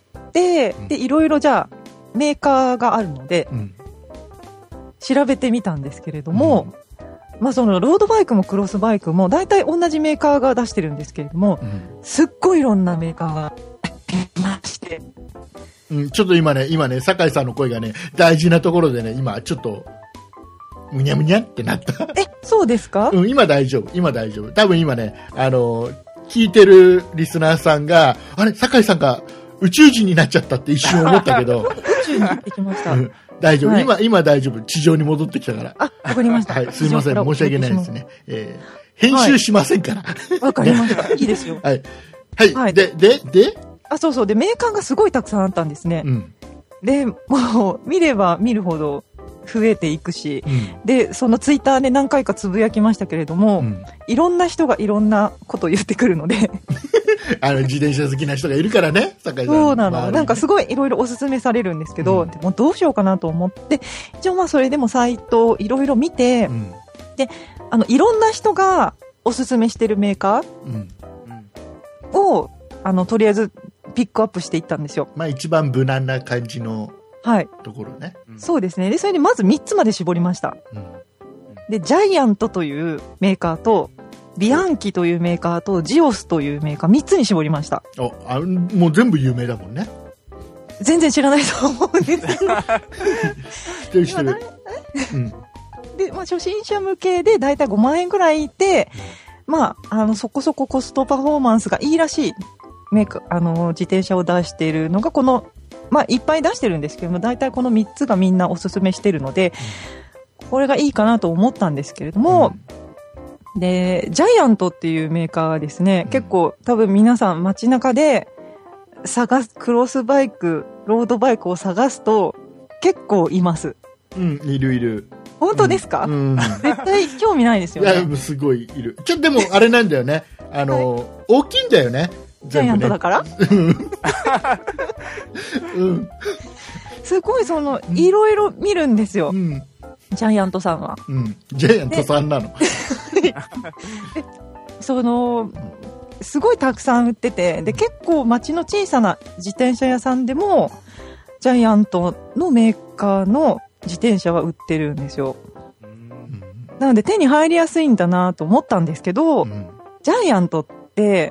[SPEAKER 4] で、いろいろじゃあ、メーカーがあるので、うん、調べてみたんですけれども、うん、まあそのロードバイクもクロスバイクも大体同じメーカーが出してるんですけれども、うん、すっごいいろんなメーカーがいまして、
[SPEAKER 2] うん、ちょっと今ね、今ね、酒井さんの声がね、大事なところでね、今ちょっと、むにゃむにゃってなった。
[SPEAKER 4] え、そうですか？
[SPEAKER 2] うん、今大丈夫、今大丈夫。多分今ね、あの、聞いてるリスナーさんが、あれ、酒井さんが宇宙人になっちゃったって一瞬思ったけど。
[SPEAKER 4] 宇宙に行ってきました。うん、
[SPEAKER 2] 大丈夫、はい、今、今大丈夫。地上に戻ってきたから。
[SPEAKER 4] あ、わかりました。
[SPEAKER 2] はい、すいません。申し訳ないですね。え編集しませんから。
[SPEAKER 4] わ、はい、かりました。いいですよ。
[SPEAKER 2] はい。はい。はい、で、で、で
[SPEAKER 4] あ、そうそう。で、メーカーがすごいたくさんあったんですね。うん、で、もう、見れば見るほど増えていくし、うん、で、そのツイッターで何回かつぶやきましたけれども、うん、いろんな人がいろんなことを言ってくるので。
[SPEAKER 2] あの、自転車好きな人がいるからね、酒井さん。
[SPEAKER 4] そうなの。なんかすごいいろいろおすすめされるんですけど、うん、でもどうしようかなと思って、一応まあそれでもサイトをいろいろ見て、うん、で、あの、いろんな人がおすすめしてるメーカー、うん、を、あの、とりあえずピックアップしていったんですよ。
[SPEAKER 2] まあ一番無難な感じのところね。
[SPEAKER 4] はい、そうですね。で、それでまずみっつまで絞りました。うん、で、ジャイアントというメーカーと、ビアンキというメーカーと、ジオスというメーカーみっつに絞りました。
[SPEAKER 2] あ、あ、もう全部有名だもんね。
[SPEAKER 4] 全然知らないと思うんですけど。知
[SPEAKER 2] ってる知ってる。
[SPEAKER 4] うん、で、まあ初心者向けでだいたいごまんえんくらいいて、まあ、あの、そこそこコストパフォーマンスがいいらしいメーカー、あの、自転車を出しているのがこの、まあ、いっぱい出してるんですけども、だいたいこのみっつがみんなおすすめしてるので、これがいいかなと思ったんですけれども、うん、で、ジャイアントっていうメーカーはですね、うん、結構多分皆さん街中で探す、クロスバイク、ロードバイクを探すと結構います。
[SPEAKER 2] うん、いるいる。
[SPEAKER 4] 本当ですか？うん、絶対興味ないですよね。
[SPEAKER 2] いや、すごいいる。ちょ、でもあれなんだよね。あの、はい、大きいんだよね。
[SPEAKER 4] ジャイアントだからうん。すごいその、いろいろ見るんですよ。うん、ジャイアントさんは。
[SPEAKER 2] うん。ジャイアントさんなの。
[SPEAKER 4] その、すごいたくさん売ってて、で、結構街の小さな自転車屋さんでも、ジャイアントのメーカーの自転車は売ってるんですよ。うん、なので手に入りやすいんだなと思ったんですけど、うん、ジャイアントって、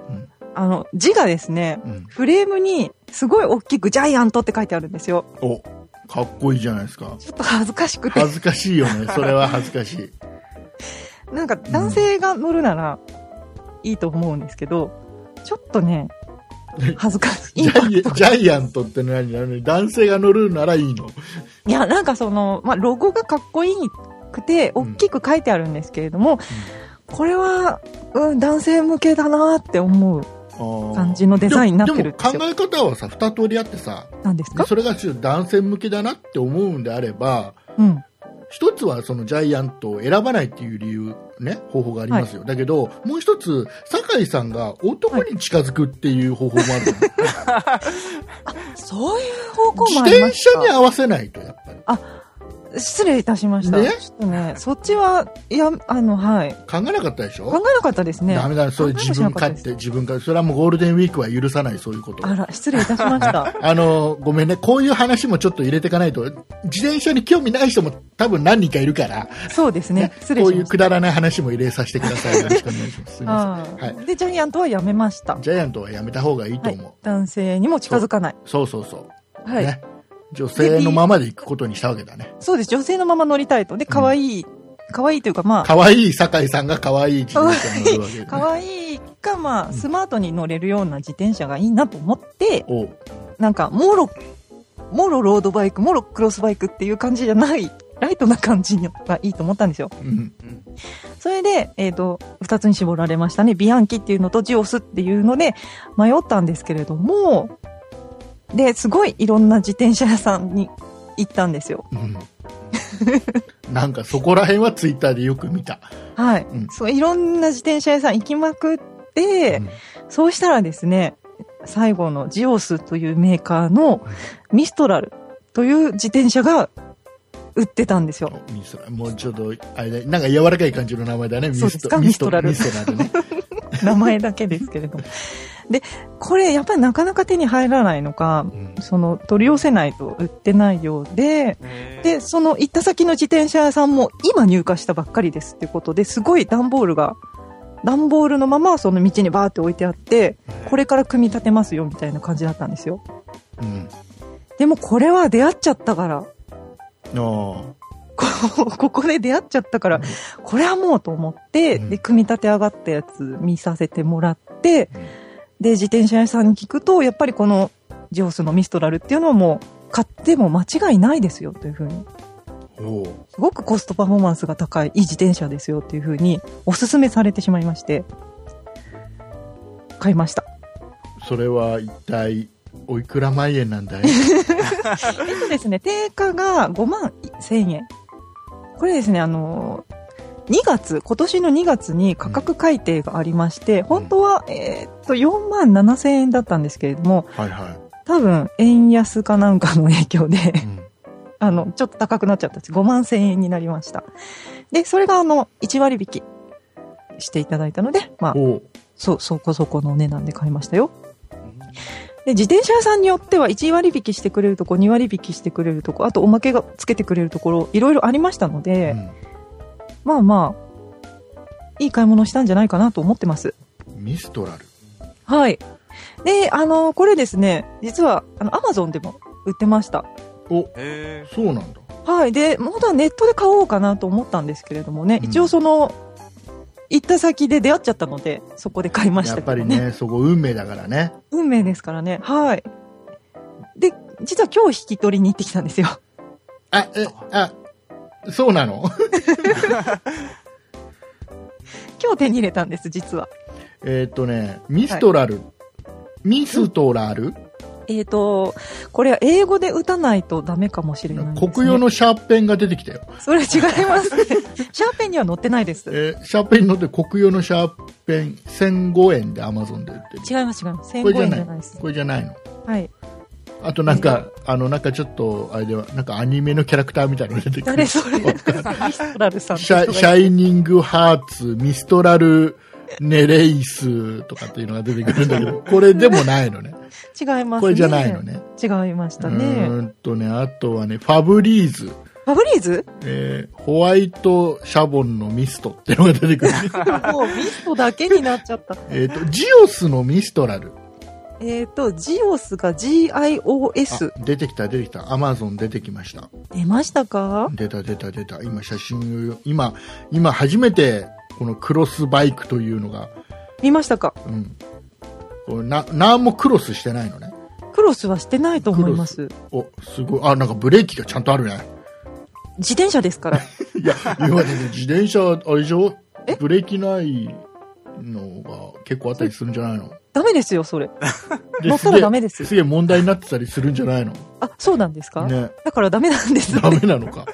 [SPEAKER 4] うん、あの字がですね、うん、フレームにすごい大きくジャイアントって書いてあるんですよ。
[SPEAKER 2] お、かっこいいじゃないですか。
[SPEAKER 4] ちょっと恥ずかしくて。
[SPEAKER 2] 恥ずかしいよね。それは恥ずかしい。
[SPEAKER 4] なんか男性が乗るならいいと思うんですけど、ちょっとね、恥ずかしい。
[SPEAKER 2] ジャイアントって何なのに男性が乗るならいいの？
[SPEAKER 4] いや、なんかその、まあ、ロゴがかっこいいくて、大きく書いてあるんですけれども、うん、これは、うん、男性向けだなって思う感じのデザインになってるんですよ。
[SPEAKER 2] でも考え方はさ、二通りあってさ、
[SPEAKER 4] 何ですか？
[SPEAKER 2] それが男性向けだなって思うんであれば、うん、一つはそのジャイアントを選ばないっていう理由、ね、方法がありますよ。はい、だけど、もう一つ、酒井さんが男に近づくっていう方法もある、ね。
[SPEAKER 4] はい、あ、そういう方向もありますか？
[SPEAKER 2] 自転車に合わせないと、やっぱり。あ、
[SPEAKER 4] 失礼いたしました。ね、ちょっとね、そっちは、いや、あの、はい。
[SPEAKER 2] 考えなかったでしょ？
[SPEAKER 4] 考えなかったですね。
[SPEAKER 2] ダメだ、そういう自分勝って、自分から、それはもうゴールデンウィークは許さない、そういうこと。
[SPEAKER 4] あら、失礼いたしました。
[SPEAKER 2] あの、ごめんね、こういう話もちょっと入れていかないと、自転車に興味ない人も多分何人かいるから。
[SPEAKER 4] そうですね。
[SPEAKER 2] ね、失礼しました。こういうくだらない話も入れさせてください。よろしくお願いします。すみません。はい。
[SPEAKER 4] で、ジャイアントはやめました。
[SPEAKER 2] ジャイアントはやめた方がいいと思う。はい、
[SPEAKER 4] 男性にも近づかない。
[SPEAKER 2] そうそうそう。はい。ね、女性のままで行くことにしたわけだね。
[SPEAKER 4] そうです。女性のまま乗りたいと。で、可愛い、うん、可愛いというかまあ。
[SPEAKER 2] 可愛い酒井さんが可愛い自転車に乗るわけで、ね。
[SPEAKER 4] 可愛いかまあ、スマートに乗れるような自転車がいいなと思って、うん、なんか、もろ、もろロードバイク、もろクロスバイクっていう感じじゃない、ライトな感じがいいと思ったんですよ。うん、それで、えっと、二つに絞られましたね。ビアンキっていうのとジオスっていうので迷ったんですけれども、で、すごいいろんな自転車屋さんに行ったんですよ。うん、
[SPEAKER 2] なんかそこら辺はツイッターでよく見た。
[SPEAKER 4] はい。うん、そう、いろんな自転車屋さん行きまくって、うん、そうしたらですね、最後のジオスというメーカーのミストラルという自転車が売ってたんですよ。
[SPEAKER 2] ミストラル。もうちょっと、あれだ、なんか柔らかい感じの名前だね。ミスト
[SPEAKER 4] そうですか、ミストラル。
[SPEAKER 2] ミストラルね。
[SPEAKER 4] 名前だけですけれども。で、これやっぱりなかなか手に入らないのか、うん、その取り寄せないと売ってないようで、で、その行った先の自転車屋さんも今入荷したばっかりですってことで、すごい段ボールが、段ボールのままその道にバーって置いてあって、これから組み立てますよみたいな感じだったんですよ。うん、でもこれは出会っちゃったから、こ, ここで出会っちゃったから、うん、これはもうと思って、うん、で、組み立て上がったやつ見させてもらって、うん、で、自転車屋さんに聞くと、やっぱりこのジオスのミストラルっていうのはもう買っても間違いないですよというふうにすごくコストパフォーマンスが高いいい自転車ですよっていう風におすすめされてしまいまして買いました。
[SPEAKER 2] それは一体おいくら万円なんだい？え
[SPEAKER 4] っとですね、定価がごまんせんえん。これですね、あのにがつ、今年のにがつに価格改定がありまして、うん、本当は、えー、っとよんまんななせんえんだったんですけれども、
[SPEAKER 2] はいはい、
[SPEAKER 4] 多分円安かなんかの影響で、うん、あのちょっと高くなっちゃったんです。ごまんせんえんになりました。でそれがあのいちわりびきしていただいたので、まあそそこそこの値段で買いましたよ。で自転車屋さんによってはいちわりびきしてくれるとこ、にわりびきしてくれるとこ、あとおまけがつけてくれるところいろいろありましたので、うん、まあまあいい買い物したんじゃないかなと思ってます。
[SPEAKER 2] ミストラル、
[SPEAKER 4] はい。であのこれですね、実はあの Amazon でも売ってました。
[SPEAKER 2] お、へー、そうなんだ。
[SPEAKER 4] はい。でまだネットで買おうかなと思ったんですけれどもね、うん、一応その行った先で出会っちゃったのでそこで買いましたけどね。
[SPEAKER 2] やっぱりね、そこ運命だからね。
[SPEAKER 4] 運命ですからね。はい。で実は今日引き取りに行ってきたんですよ。
[SPEAKER 2] あ、え、あ、そうなの？
[SPEAKER 4] 今日手に入れたんです実は。
[SPEAKER 2] えっとね、ミストラル、はい、ミストラル？
[SPEAKER 4] えっと、これは英語で打たないとダメかもしれないですね。
[SPEAKER 2] 国用のシャーペンが出てきたよ。
[SPEAKER 4] それ違いますね。シャーペンには載ってないです。
[SPEAKER 2] えー、シャーペンに載って国用のシャーペンせんごえんで Amazon で売ってる。
[SPEAKER 4] 違います違います。せんごえんじゃないです。
[SPEAKER 2] これじゃないの。
[SPEAKER 4] はい。
[SPEAKER 2] あとなんか、あのなんかちょっとあれではなんかアニメのキャラクターみたいなの出てくる。
[SPEAKER 4] 誰それ？ミストラルさん。
[SPEAKER 2] シャ、シャイニングハーツ、ミストラルネレイスとかっていうのが出てくるんだけど、これでもないのね。
[SPEAKER 4] 違いますね。
[SPEAKER 2] これじゃないのね。
[SPEAKER 4] 違いましたね。
[SPEAKER 2] うーんとね、あとはね、ファブリーズ。
[SPEAKER 4] ファブリーズ？
[SPEAKER 2] えー、ホワイトシャボンのミストっていうのが出てくる。
[SPEAKER 4] もうミストだけになっちゃった。
[SPEAKER 2] えっと、ジオスのミストラル。
[SPEAKER 4] えっと、ジオスが ジーアイオーエス。
[SPEAKER 2] 出てきた出てきた。アマゾン出てきました。
[SPEAKER 4] 出ましたか？
[SPEAKER 2] 出た出た出た。今写真を、今、今初めてこのクロスバイクというのが。
[SPEAKER 4] 見ましたか？
[SPEAKER 2] うん。これな、なんもクロスしてないのね。
[SPEAKER 4] クロスはしてないと思います。
[SPEAKER 2] お、すごい。あ、なんかブレーキがちゃんとあるね。
[SPEAKER 4] 自転車ですから。い
[SPEAKER 2] や、今ね、自転車、あれでしょ？ブレーキないのが結構あったりするんじゃないの？
[SPEAKER 4] ダメですよ、それ。乗ったらダメです。
[SPEAKER 2] すげえ問題になってたりするんじゃないの？
[SPEAKER 4] あ、そうなんですか？
[SPEAKER 2] ね。
[SPEAKER 4] だからダメなんですね。
[SPEAKER 2] ダメなのか。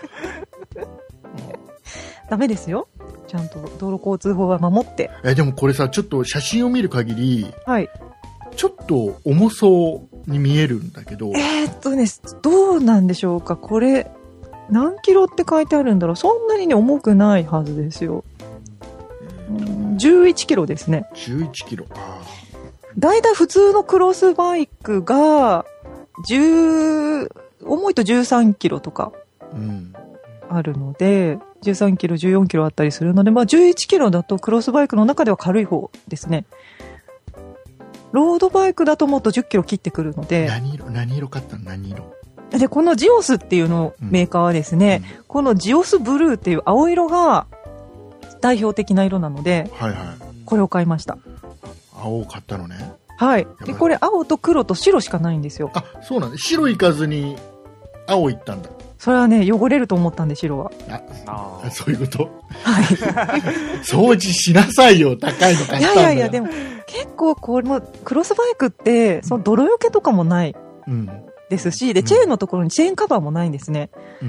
[SPEAKER 4] ダメですよ。ちゃんと道路交通法は守って。
[SPEAKER 2] え、でもこれさ、ちょっと写真を見る限り、
[SPEAKER 4] はい。
[SPEAKER 2] ちょっと重そうに見えるんだけど。
[SPEAKER 4] えー、っとね、どうなんでしょうか。これ、何キロって書いてあるんだろう。そんなにね、重くないはずですよ。うん、じゅういちキロですね。
[SPEAKER 2] じゅういちキロ。ああ。
[SPEAKER 4] だいたい普通のクロスバイクが、じゅう、重いとじゅうさんキロとか。うん。あるので、じゅうさんキロ、じゅうよんキロあったりするので、まあじゅういちキロだとクロスバイクの中では軽い方ですね。ロードバイクだともっとじゅっキロ切ってくるので。
[SPEAKER 2] 何色、何色買ったの？何色？
[SPEAKER 4] で、このジオスっていうのメーカーはですね、うんうん、このジオスブルーっていう青色が代表的な色なので、
[SPEAKER 2] はいはい、
[SPEAKER 4] これを買いました。
[SPEAKER 2] 青を買ったのね。
[SPEAKER 4] はい。で、これ青と黒と白しかないんですよ。
[SPEAKER 2] あ、そうなんです。白いかずに青いったんだ。
[SPEAKER 4] それはね、汚れると思ったんで、白は。
[SPEAKER 2] ああ、そういうこと？
[SPEAKER 4] はい。
[SPEAKER 2] 掃除しなさいよ、高いの買ったんだよ。
[SPEAKER 4] いやいやいや、でも、結構これも、クロスバイクって、その泥除けとかもないですし、うん、で、チェーンのところにチェーンカバーもないんですね。うん、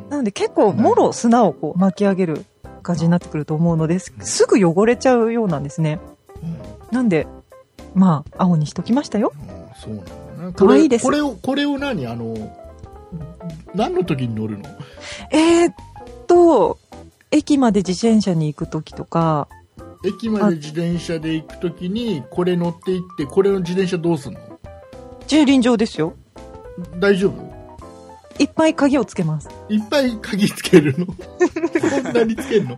[SPEAKER 4] なので結構、もろ砂をこう巻き上げる感じになってくると思うので、すぐ汚れちゃうようなんですね。うん、なんで、まあ、青にしときましたよ。
[SPEAKER 2] うん、そうなんだね。
[SPEAKER 4] かわいいです。
[SPEAKER 2] これを、これを何あの、何の時に乗るの？
[SPEAKER 4] えー、っと、駅まで自転車に行く時とか。
[SPEAKER 2] 駅まで自転車で行く時に、これ乗って行って、これの自転車どうすんの？
[SPEAKER 4] 駐輪場ですよ。
[SPEAKER 2] 大丈夫？
[SPEAKER 4] いっぱい鍵をつけます。
[SPEAKER 2] いっぱい鍵つけるの？こんなにつけるの？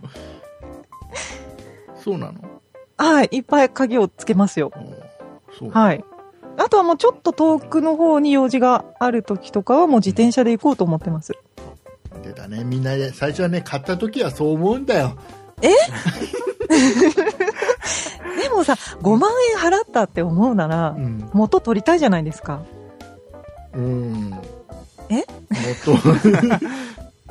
[SPEAKER 2] そうなの？
[SPEAKER 4] はい、いっぱい鍵をつけますよ。そう。はい。あとはもうちょっと遠くの方に用事がある時とかはもう自転車で行こうと思ってます。
[SPEAKER 2] 出たね。みんな最初はね、買った時はそう思うんだよ。
[SPEAKER 4] えでもさ、ごまんえん払ったって思うなら、うん、元取りたいじゃないですか。
[SPEAKER 2] うん。
[SPEAKER 4] え
[SPEAKER 2] 元。
[SPEAKER 4] そ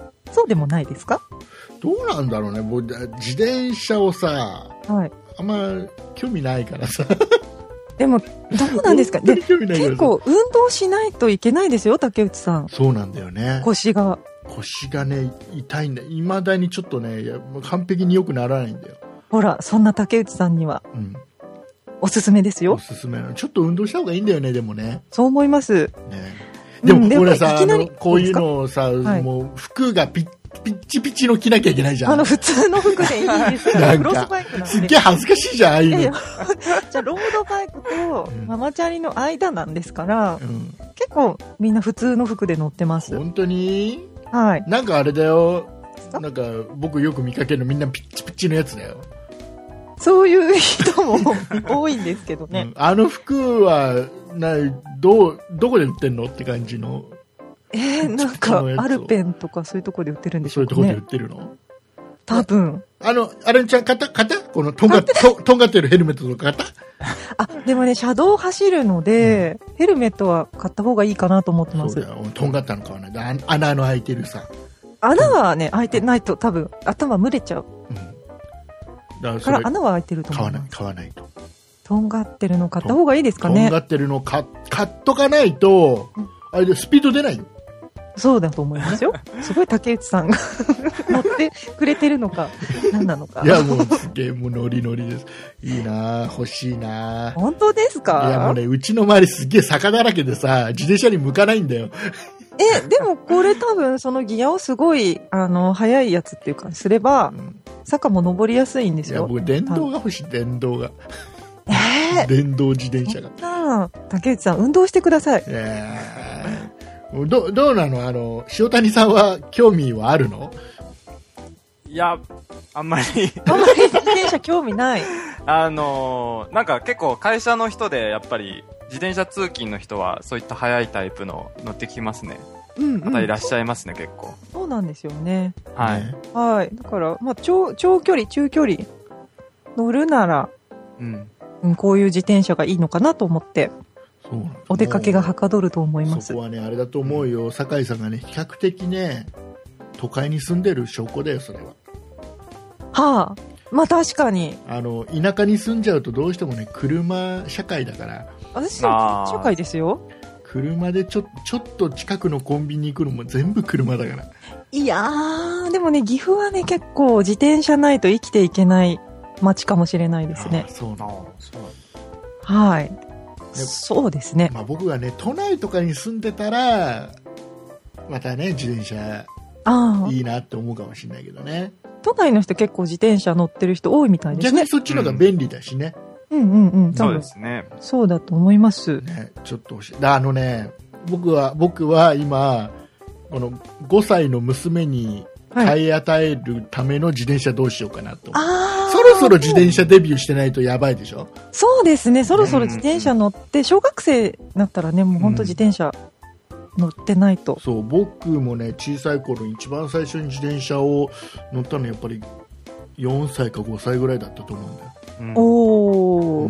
[SPEAKER 4] そうでもないですか？
[SPEAKER 2] どうなんだろうね。もう自転車をさ、
[SPEAKER 4] はい、
[SPEAKER 2] あんま興味ないからさ。
[SPEAKER 4] でもどうなんですか？で結構運動しないといけないですよ、竹内さん。
[SPEAKER 2] そうなんだよね。
[SPEAKER 4] 腰が
[SPEAKER 2] 腰がね痛いんだ。いまだにちょっとね完璧に良くならないんだよ。
[SPEAKER 4] ほら、そんな竹内さんには、うん、おすすめですよ。
[SPEAKER 2] おすすめなの。ちょっと運動した方がいいんだよね。でもね。
[SPEAKER 4] そう思います。
[SPEAKER 2] ね、でも、うん、これさ、こういうのをさ、はい、もう服がピッピッチピチの着なきゃいけないじゃん。
[SPEAKER 4] あの普通の服でいいですよ。クロスバイクなんで。
[SPEAKER 2] すっげえ恥ずかしいじゃん、ああいうの。
[SPEAKER 4] じゃあロードバイクとママチャリの間なんですから、うん、結構みんな普通の服で乗ってます。
[SPEAKER 2] 本当に？
[SPEAKER 4] はい。
[SPEAKER 2] なんかあれだよ。なんか僕よく見かけるのみんなピッチピチのやつだよ。
[SPEAKER 4] そういう人も多いんですけどね。
[SPEAKER 2] うん、あの服はなどうどこで売ってんのって感じの。
[SPEAKER 4] えー、なんかアルペンとかそういうところで売ってるんでしょうかね。
[SPEAKER 2] そういうところで売ってるの？
[SPEAKER 4] 多分。
[SPEAKER 2] あのあれちゃん買った買ったこのとんがととんがってるヘルメットとか買った？
[SPEAKER 4] あ、でもね車道走るので、うん、ヘルメットは買った方がいいかなと思ってます。
[SPEAKER 2] そうだよ。とんがったの買わないで、穴の開いてるさ。
[SPEAKER 4] 穴はね開いてないと多分頭蒸れちゃう。うん。だから, から穴は開いてると思う。
[SPEAKER 2] 買わない買わないと。
[SPEAKER 4] とんがってるの買った方がいいですかね。
[SPEAKER 2] とんがってるの買買っとかないと、うん、あれでスピード出ないよ。
[SPEAKER 4] そうだと思いますよ。すごい竹内さんが乗ってくれてるのか何なのか。
[SPEAKER 2] いやもうすげえもうノリノリです。いいな欲しいな。
[SPEAKER 4] 本当ですか？
[SPEAKER 2] いやもうねうちの周りすげえ坂だらけでさ自転車に向かないんだよ。
[SPEAKER 4] えでもこれ多分そのギアをすごいあの速いやつっていうかすれば、うん、坂も登りやすいんですよ。
[SPEAKER 2] いや僕電動が欲しい電動が。
[SPEAKER 4] えー、
[SPEAKER 2] 電動自転車が。
[SPEAKER 4] 竹内さん運動してください。
[SPEAKER 2] えーど, どうなのあの塩谷さんは興味はあるの？
[SPEAKER 3] いやあんまり
[SPEAKER 4] あんまり自転車興味ない。
[SPEAKER 3] あのー、なんか結構会社の人でやっぱり自転車通勤の人はそういった速いタイプの乗ってきますね。うんうん、またいらっしゃいますね結構。
[SPEAKER 4] そうなんですよね。
[SPEAKER 3] はい、
[SPEAKER 4] はい、だからまあ 長, 長距離中距離乗るなら、うんうん、こういう自転車がいいのかなと思って。そうお出かけがはかどると思います。
[SPEAKER 2] そこはねあれだと思うよ。酒井さんがね比較的ね都会に住んでる証拠だよそれは。
[SPEAKER 4] はあまあ確かに
[SPEAKER 2] あの田舎に住んじゃうとどうしてもね車社会だから。
[SPEAKER 4] 私は社会ですよ。
[SPEAKER 2] 車でちょ、ちょっと近くのコンビニ行くのも全部車だから。
[SPEAKER 4] いやーでもね岐阜はね結構自転車ないと生きていけない街かもしれないですね。
[SPEAKER 2] あそうなの。
[SPEAKER 4] はいそうですね、
[SPEAKER 2] まあ、僕がね都内とかに住んでたらまたね自転車いいなって思うかもしれないけどね。
[SPEAKER 4] 都内の人結構自転車乗ってる人多いみたいですね。
[SPEAKER 2] 逆にそっちの方が便利だしね、
[SPEAKER 4] うん、うんうんうん
[SPEAKER 3] そうですね。
[SPEAKER 4] そうだと思います、
[SPEAKER 2] ね、ちょっと欲しい。あのね僕は僕は今このごさいの娘に買い与えるための自転車どうしようかなと、はい、そろそろ自転車デビューしてないとやばいでしょ。
[SPEAKER 4] そうですねそろそろ自転車乗って小学生になったらねもう本当自転車乗ってないと、
[SPEAKER 2] うん、そう僕もね小さい頃一番最初に自転車を乗ったのはやっぱりよんさいかごさいぐらいだったと思うんだよ、うん、おー、うん、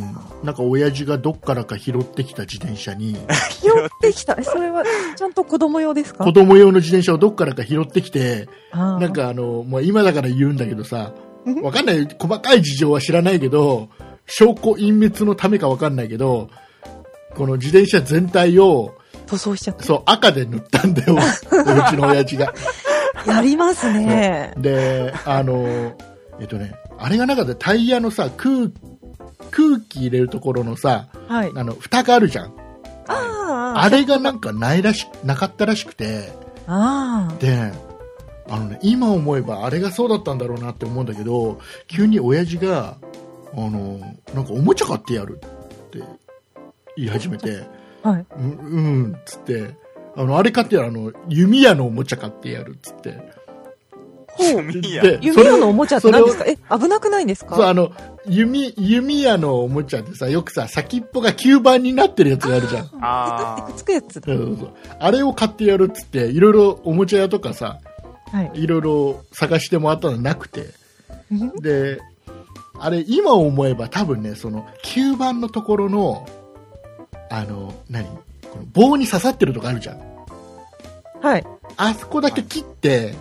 [SPEAKER 2] なんか親父がどっからか拾ってきた自転車に
[SPEAKER 4] 拾ってきたそれはちゃんと子供用ですか？
[SPEAKER 2] 子供用の自転車をどっからか拾ってきてなんかあのもう今だから言うんだけどさわかんない細かい事情は知らないけど証拠隠滅のためかわかんないけどこの自転車全体を
[SPEAKER 4] 塗装しちゃった。
[SPEAKER 2] そう赤で塗ったんだようちの親父が
[SPEAKER 4] やりますね。
[SPEAKER 2] であのえっとねあれがなかったタイヤのさ 空, 空気入れるところのさ、はい、あの蓋があるじゃん。あ, あれがなんかないらしなかったらしくてあであの、ね、今思えばあれがそうだったんだろうなって思うんだけど急に親父があのなんかおもちゃ買ってやるって言い始めてはい、うん、うんっつってあのあれ買ってやるあの弓矢のおもちゃ買ってやるっつって
[SPEAKER 3] 弓矢
[SPEAKER 4] 弓矢のおもちゃって何ですか？え危なくないんですか？
[SPEAKER 2] そうあの 弓, 弓矢のおもちゃってさよくさ先っぽが吸盤になってるやつがあるじゃん。
[SPEAKER 4] ああくっつくやつだ。
[SPEAKER 2] そうそうそうあれを買ってやるっつっていろいろおもちゃ屋とかさ、はい、いろいろ探してもらったのなくてであれ今思えば多分ねその吸盤のところのあの何この棒に刺さってるとこあるじゃん。
[SPEAKER 4] はい。
[SPEAKER 2] あそこだけ切って、はい、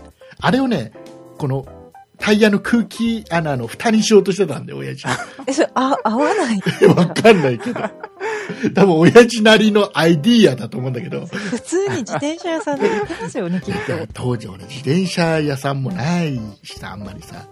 [SPEAKER 2] あれをね、このタイヤの空気穴の蓋にしようとしてたんで、親父。
[SPEAKER 4] え、それ、あ、合わない
[SPEAKER 2] わかんないけど。多分親父なりのアイディアだと思うんだけど。
[SPEAKER 4] 普通に自転車屋さんで売ってますよね、きっと。
[SPEAKER 2] 当時俺自転車屋さんもないしさ、あんまりさ。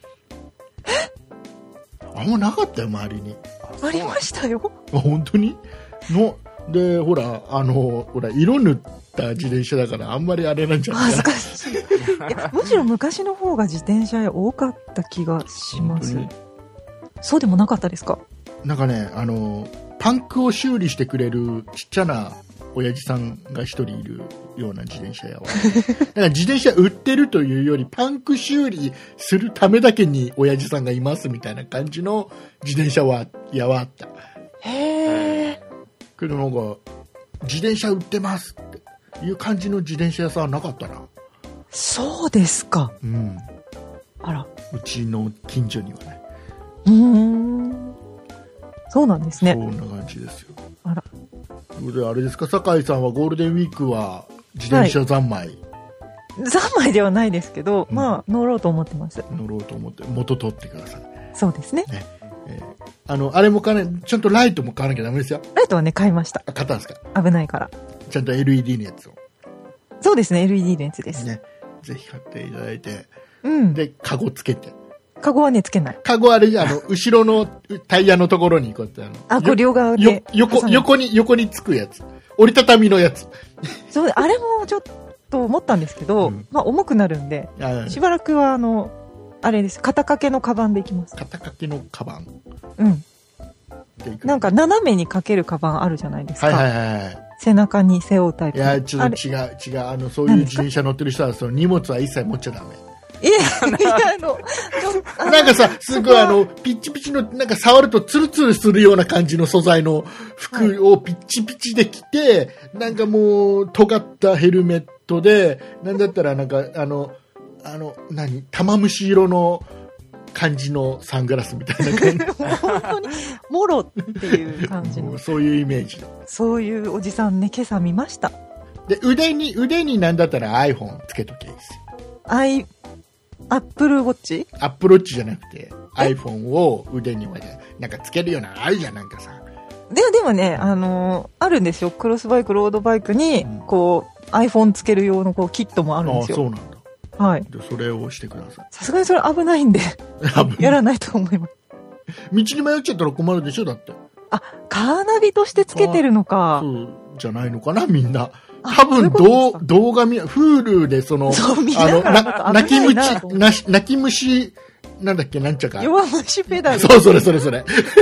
[SPEAKER 2] あんまなかったよ、周りに。
[SPEAKER 4] ありましたよ。
[SPEAKER 2] あ、本当にの、で、ほら、あの、ほら、色塗った自転車だから、あんまりあれなんじゃないかな。
[SPEAKER 4] 恥ずかしい。いや、むしろ昔の方が自転車屋多かった気がします。そうでもなかったですか？
[SPEAKER 2] なんかね、あの、パンクを修理してくれるちっちゃな親父さんが一人いるような自転車屋は。だから自転車売ってるというより、パンク修理するためだけに親父さんがいますみたいな感じの自転車屋はあった。
[SPEAKER 4] へー。
[SPEAKER 2] けどなんか、自転車売ってますっていう感じの自転車屋さんはなかったな。
[SPEAKER 4] そうですか。
[SPEAKER 2] うん。
[SPEAKER 4] あら。
[SPEAKER 2] うちの近所にはね。
[SPEAKER 4] うーん。そうなんですね。
[SPEAKER 2] そんな感じですよ。
[SPEAKER 4] あら。
[SPEAKER 2] で、あれですか、酒井さんはゴールデンウィークは自転車三昧、はい、
[SPEAKER 4] 三昧ではないですけど、うん、まあ乗ろうと思ってます。
[SPEAKER 2] 乗ろうと思って元取ってください。
[SPEAKER 4] そうですね。
[SPEAKER 2] ね、えー、あのあれも買わない、ちゃんとライトも買わなきゃダメですよ。
[SPEAKER 4] ライトはね買いました。
[SPEAKER 2] あ、買ったんですか？
[SPEAKER 4] 危ないから。
[SPEAKER 2] ちゃんと エルイーディー のやつを。
[SPEAKER 4] そうですね、 エルイーディー のやつです。
[SPEAKER 2] ね、ぜひ買っていただいて、
[SPEAKER 4] うん。
[SPEAKER 2] でカゴつけて。
[SPEAKER 4] カゴはねつけない。
[SPEAKER 2] カゴはあれじゃあの後ろのタイヤのところにこうやってあの。
[SPEAKER 4] あ、こう両側で
[SPEAKER 2] 横横に横につくやつ。折りたたみのやつ。
[SPEAKER 4] そう、あれもちょっと思ったんですけど、うん、まあ重くなるんで、しばらくはあのあれです、肩掛けのカバンでいきます。
[SPEAKER 2] 肩掛けのカバン。
[SPEAKER 4] うん。なんか斜めにかけるカバンあるじゃないですか。
[SPEAKER 2] はいはいはい。
[SPEAKER 4] 背中に背負うタイプ。
[SPEAKER 2] いや、ちょっと違う違う、あのそういう自転車乗ってる人はその荷物は一切持っちゃダメ。
[SPEAKER 4] いや、いや、あの、
[SPEAKER 2] なんかさ、すごいあの、ピッチピチの、なんか触るとツルツルするような感じの素材の服をピッチピチで着て、はい、なんかもう、尖ったヘルメットで、なんだったらなんか、あの、あの、何、玉虫色の感じのサングラスみたいな感じ。
[SPEAKER 4] 本当に、もろっていう感じの。
[SPEAKER 2] そういうイメージ。
[SPEAKER 4] そういうおじさんね、今朝見ました。
[SPEAKER 2] で、腕に、腕になんだったら iPhone つけときゃいいですよ。
[SPEAKER 4] I、アップルウォッチ？
[SPEAKER 2] アップルウォッチじゃなくて iPhone を腕にまでなんかつけるようなあるじゃん、なんかさ。
[SPEAKER 4] でもでもね、あのー、あるんですよ。クロスバイク、ロードバイクにこう、うん、iPhone つける用のこうキットもあるんですよ。
[SPEAKER 2] ああ、そうなんだ。
[SPEAKER 4] はい。
[SPEAKER 2] でそれをしてください。
[SPEAKER 4] さすがにそれ危ないんでやらないと思います。
[SPEAKER 2] 道に迷っちゃったら困るでしょ、だって。
[SPEAKER 4] あ、カーナビとしてつけてるのか。
[SPEAKER 2] そうじゃないのかな、みんな。多分どう動画見、Hulu でその、
[SPEAKER 4] そう見ながらなんか
[SPEAKER 2] 泣き虫、泣き虫、なんだっけ、なんちゃか。
[SPEAKER 4] 弱虫ペダル。
[SPEAKER 2] そう、それそれそれ。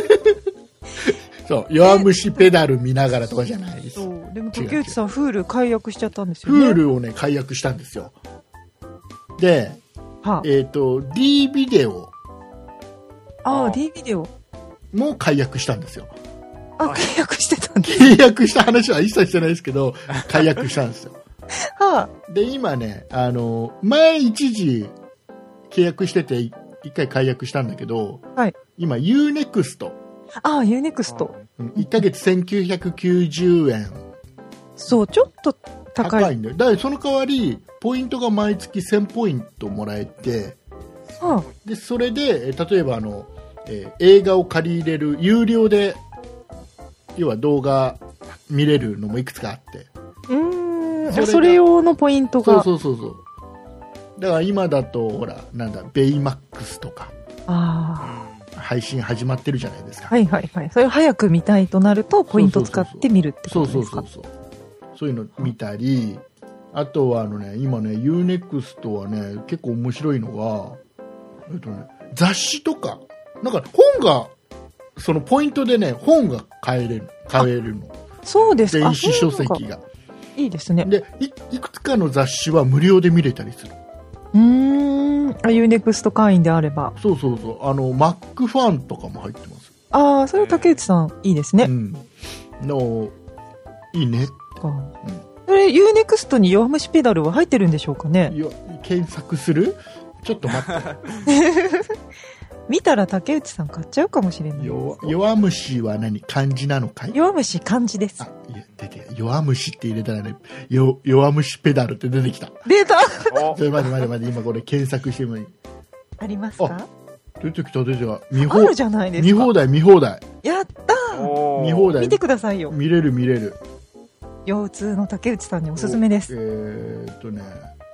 [SPEAKER 2] そう、弱虫ペダル見ながらとかじゃないです。
[SPEAKER 4] そう、でも竹内さん、Hulu 解約しちゃったんですよね。
[SPEAKER 2] Hulu をね、解約したんですよ。で、はあ、えっと、D ビデオ。
[SPEAKER 4] ああ、D ビデオ。
[SPEAKER 2] も解約したんですよ。
[SPEAKER 4] あ、契約してたんです。
[SPEAKER 2] 契約した話は一切してないですけど、解約したんですよ。
[SPEAKER 4] は
[SPEAKER 2] あ、で、今ね、あの、前一時契約してて、一回解約したんだけど、
[SPEAKER 4] はい、
[SPEAKER 2] 今 ユーネクスト。
[SPEAKER 4] ああ、ユーネクスト。
[SPEAKER 2] いっかげつせんきゅうひゃくきゅうじゅうえん。
[SPEAKER 4] そう、ちょっと高い。
[SPEAKER 2] 高いんだよ。だからその代わり、ポイントが毎月せんポイントもらえて、
[SPEAKER 4] はあ、
[SPEAKER 2] で、それで、例えばあの、えー、映画を借り入れる、有料で、要は動画見れるのもいくつかあって、
[SPEAKER 4] うーん、それ、それ用のポイントが。
[SPEAKER 2] そうそうそうそう。だから今だとほらなんだベイマックスとか、
[SPEAKER 4] あ
[SPEAKER 2] あ、配信始まってるじゃないですか。
[SPEAKER 4] はいはいはい。それを早く見たいとなるとポイント使って見るってことですか。
[SPEAKER 2] そうそうそうそう。そういうの見たり、あとはあのね今ね ユーネクストはね結構面白いのが、えっとね雑誌とかなんか本がそのポイントでね本が買えれる買えるの。
[SPEAKER 4] そうですか。
[SPEAKER 2] 電子書籍が
[SPEAKER 4] いいですね。
[SPEAKER 2] で い, いくつかの雑誌は無料で見れたりする。
[SPEAKER 4] うーん、あ、ユーネクスト会員であれば。
[SPEAKER 2] そうそうそう、あのマックファンとかも入ってます。
[SPEAKER 4] ああ、それは竹内さんいいですね。
[SPEAKER 2] うん、のいいね。
[SPEAKER 4] か、うん、それユーネクストに弱虫ペダルは入ってるんでしょうかね。
[SPEAKER 2] いや検索する。ちょっと待って。
[SPEAKER 4] 見たら竹内さん買っちゃうかもしれないですよ。
[SPEAKER 2] 弱虫は何漢字なのかい？
[SPEAKER 4] 弱虫漢字です。
[SPEAKER 2] あ、いや、出て、弱虫って入れたらね、よ弱虫ペダルって出てきた。
[SPEAKER 4] 出た
[SPEAKER 2] それ待って待って待って、今これ検索してもいい？
[SPEAKER 4] ありますか？
[SPEAKER 2] 出てきた出てきた。見
[SPEAKER 4] 放あるじゃないですか。
[SPEAKER 2] 見放題見放題。
[SPEAKER 4] やったー。
[SPEAKER 2] 見放題。
[SPEAKER 4] 見てくださいよ。
[SPEAKER 2] 見れる見れる。
[SPEAKER 4] 腰痛の竹内さんにおすすめです。
[SPEAKER 2] えーっとね、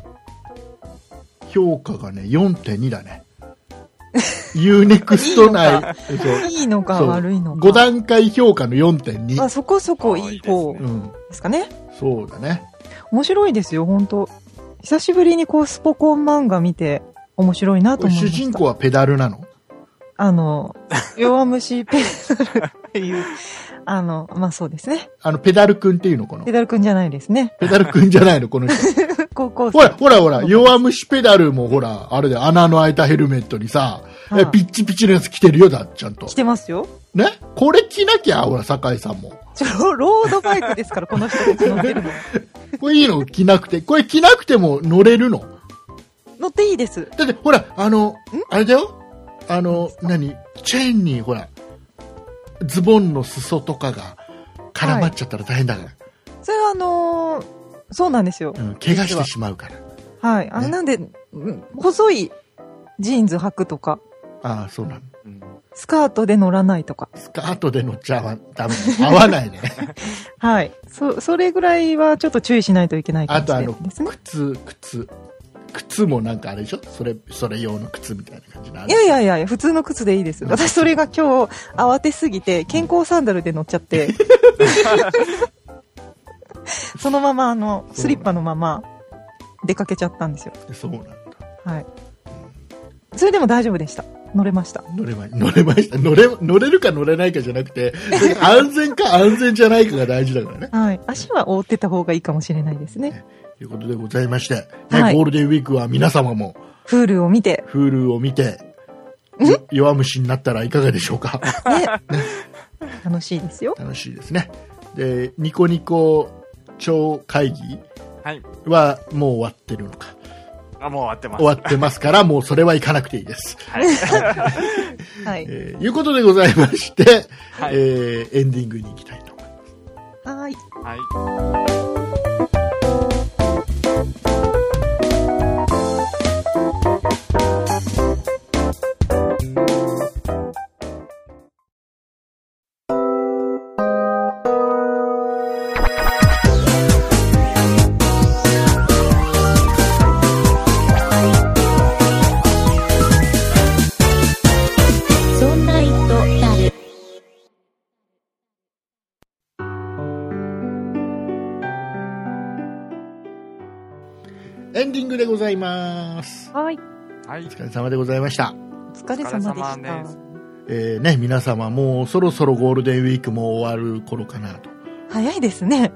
[SPEAKER 2] 評価がね よんてんに だね。ユーネクスト内
[SPEAKER 4] いいのか悪いのか。
[SPEAKER 2] ご段階評価の よんてんに。
[SPEAKER 4] あ、そこそこいい方ですかね。
[SPEAKER 2] うん、そうだね。
[SPEAKER 4] 面白いですよ、本当。久しぶりにこうスポコン漫画見て面白いなと思いました。
[SPEAKER 2] 主人公はペダルなの？
[SPEAKER 4] あの、弱虫ペダルっていう、あの、まあそうですね。
[SPEAKER 2] あの、ペダルくんっていうのかな？
[SPEAKER 4] ペダルくんじゃないですね。
[SPEAKER 2] ペダルくんじゃないのこの人。
[SPEAKER 4] 高校生。
[SPEAKER 2] ほら、ほらほら、弱虫ペダルもほら、あれで穴の開いたヘルメットにさ、はあ、ピッチピチのやつ着てるよだ、ちゃんと。
[SPEAKER 4] 着てますよ。
[SPEAKER 2] ね？これ着なきゃ、ほら、酒井さんも。
[SPEAKER 4] ちょ、ロードバイクですから、この人たち乗ってるの。
[SPEAKER 2] これいいの？着なくて。これ着なくても乗れるの？
[SPEAKER 4] 乗っていいです。
[SPEAKER 2] だって、ほら、あの、あれだよ。あの、何？チェーンに、ほら、ズボンの裾とかが絡まっちゃったら大変だから。はい、
[SPEAKER 4] それはあのー、そうなんですよ。
[SPEAKER 2] うん、怪我してしまうから。
[SPEAKER 4] はい。あ、ね、なんで、細いジーンズ履くとか。
[SPEAKER 2] ああ、そうなの。
[SPEAKER 4] スカートで乗らないとか。
[SPEAKER 2] スカートで乗っちゃダメ。合わないね。
[SPEAKER 4] はい。そ、それぐらいはちょっと注意しないといけないかもしれないですね。
[SPEAKER 2] あとあの、靴、靴。靴もなんかあれでしょ？それ、それ用の靴みたいな感じな。
[SPEAKER 4] いやいやいや、普通の靴でいいです。私それが今日慌てすぎて健康サンダルで乗っちゃって。そのままあの、スリッパのまま出かけちゃったんですよ。
[SPEAKER 2] そうなんだ。
[SPEAKER 4] はい。それでも大丈夫でした。乗れました。
[SPEAKER 2] 乗れま、乗れました。乗れ、乗れるか乗れないかじゃなくて、安全か安全じゃないかが大事だからね。
[SPEAKER 4] はい。足は覆ってた方がいいかもしれないですね。
[SPEAKER 2] ということでございまして、ね、
[SPEAKER 4] はい、
[SPEAKER 2] ゴールデンウィークは皆様も、
[SPEAKER 4] Hulu を見て、
[SPEAKER 2] Hulu を見て、弱虫になったらいかがでしょうか。ね。ね。
[SPEAKER 4] 楽しいですよ。
[SPEAKER 2] 楽しいですね。で、ニコニコ超会議はもう終わってるのか。
[SPEAKER 3] あ、もう終わってます。
[SPEAKER 2] 終わってますから、もうそれは行かなくていいです。はい。はい。えー、いうことでございまして、はい、えー、エンディングに行きたいと思います。
[SPEAKER 4] はい。
[SPEAKER 3] はい。
[SPEAKER 2] エンディングでございます。
[SPEAKER 4] はい。
[SPEAKER 3] はい。
[SPEAKER 2] お疲れ様でございました。
[SPEAKER 4] お疲れ様でした。
[SPEAKER 2] えー、ね、皆様もうそろそろゴールデンウィークも終わる頃かなと。
[SPEAKER 4] 早いですね。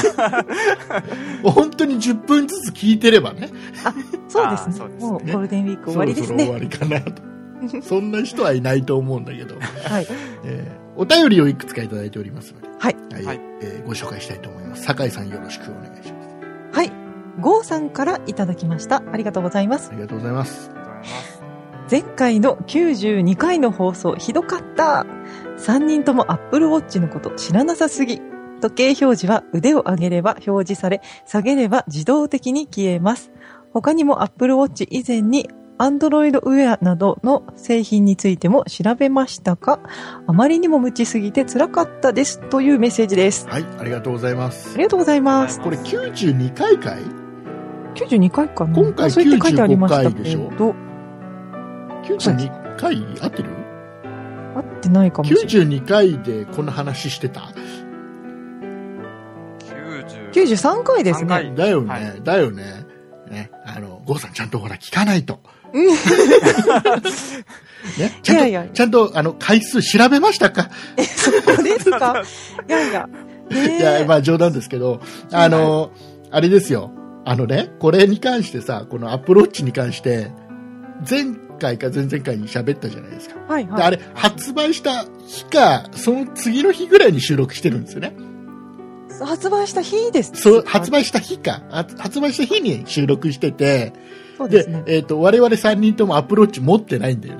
[SPEAKER 2] 本当にじゅっぷんずつ聞いてればね。
[SPEAKER 4] あ、そうですね。すねもうゴールデンウィーク終わりですね。
[SPEAKER 2] そろそろ終わりかなと。そんな人はいないと思うんだけど。
[SPEAKER 4] はい。
[SPEAKER 2] えー、お便りをいくつかいただいておりますので。
[SPEAKER 4] はい。
[SPEAKER 2] はい。えー、ご紹介したいと思います。酒井さんよろしくお願いします。
[SPEAKER 4] はい。ゴーさんからいただきました。ありがとうございます。
[SPEAKER 2] ありがとうございます。
[SPEAKER 4] 前回のきゅうじゅうにかいの放送ひどかった。さんにんとも Apple Watch のこと知らなさすぎ。時計表示は腕を上げれば表示され、下げれば自動的に消えます。他にも Apple Watch 以前に Android Wear などの製品についても調べましたか？あまりにも無知すぎて辛かったですというメッセージです。
[SPEAKER 2] はい、ありがとうございます。
[SPEAKER 4] ありがとうございます。
[SPEAKER 2] これきゅうじゅうにかいかい？
[SPEAKER 4] きゅうじゅうにかいかな。
[SPEAKER 2] 今回きゅうじゅうごかいでしょ。きゅうじゅうにかい合ってる？
[SPEAKER 4] 合ってないかもしれない。
[SPEAKER 2] きゅうじゅうにかいでこんな話してた？
[SPEAKER 4] きゅうじゅうさんかいですね。
[SPEAKER 2] だよね、はい、だよね。ね、あの、ゴーさんちゃんとほら聞かないと。ね、ちゃんと、いやいやちゃんと、あの、回数調べましたか？
[SPEAKER 4] え、そこですか？いやいや。
[SPEAKER 2] いや、まあ冗談ですけど、あの、あれですよ。あのね、これに関してさ、このアップルウォッチに関して、前回か前々回に喋ったじゃないですか。
[SPEAKER 4] はいはい。
[SPEAKER 2] であれ、発売した日か、その次の日ぐらいに収録してるんですよね。
[SPEAKER 4] 発売した日です。
[SPEAKER 2] そう、発売した日か。発売した日に収録してて、
[SPEAKER 4] そうですね。
[SPEAKER 2] で、えっと、我々さんにんともアップルウォッチ持ってないんだよね。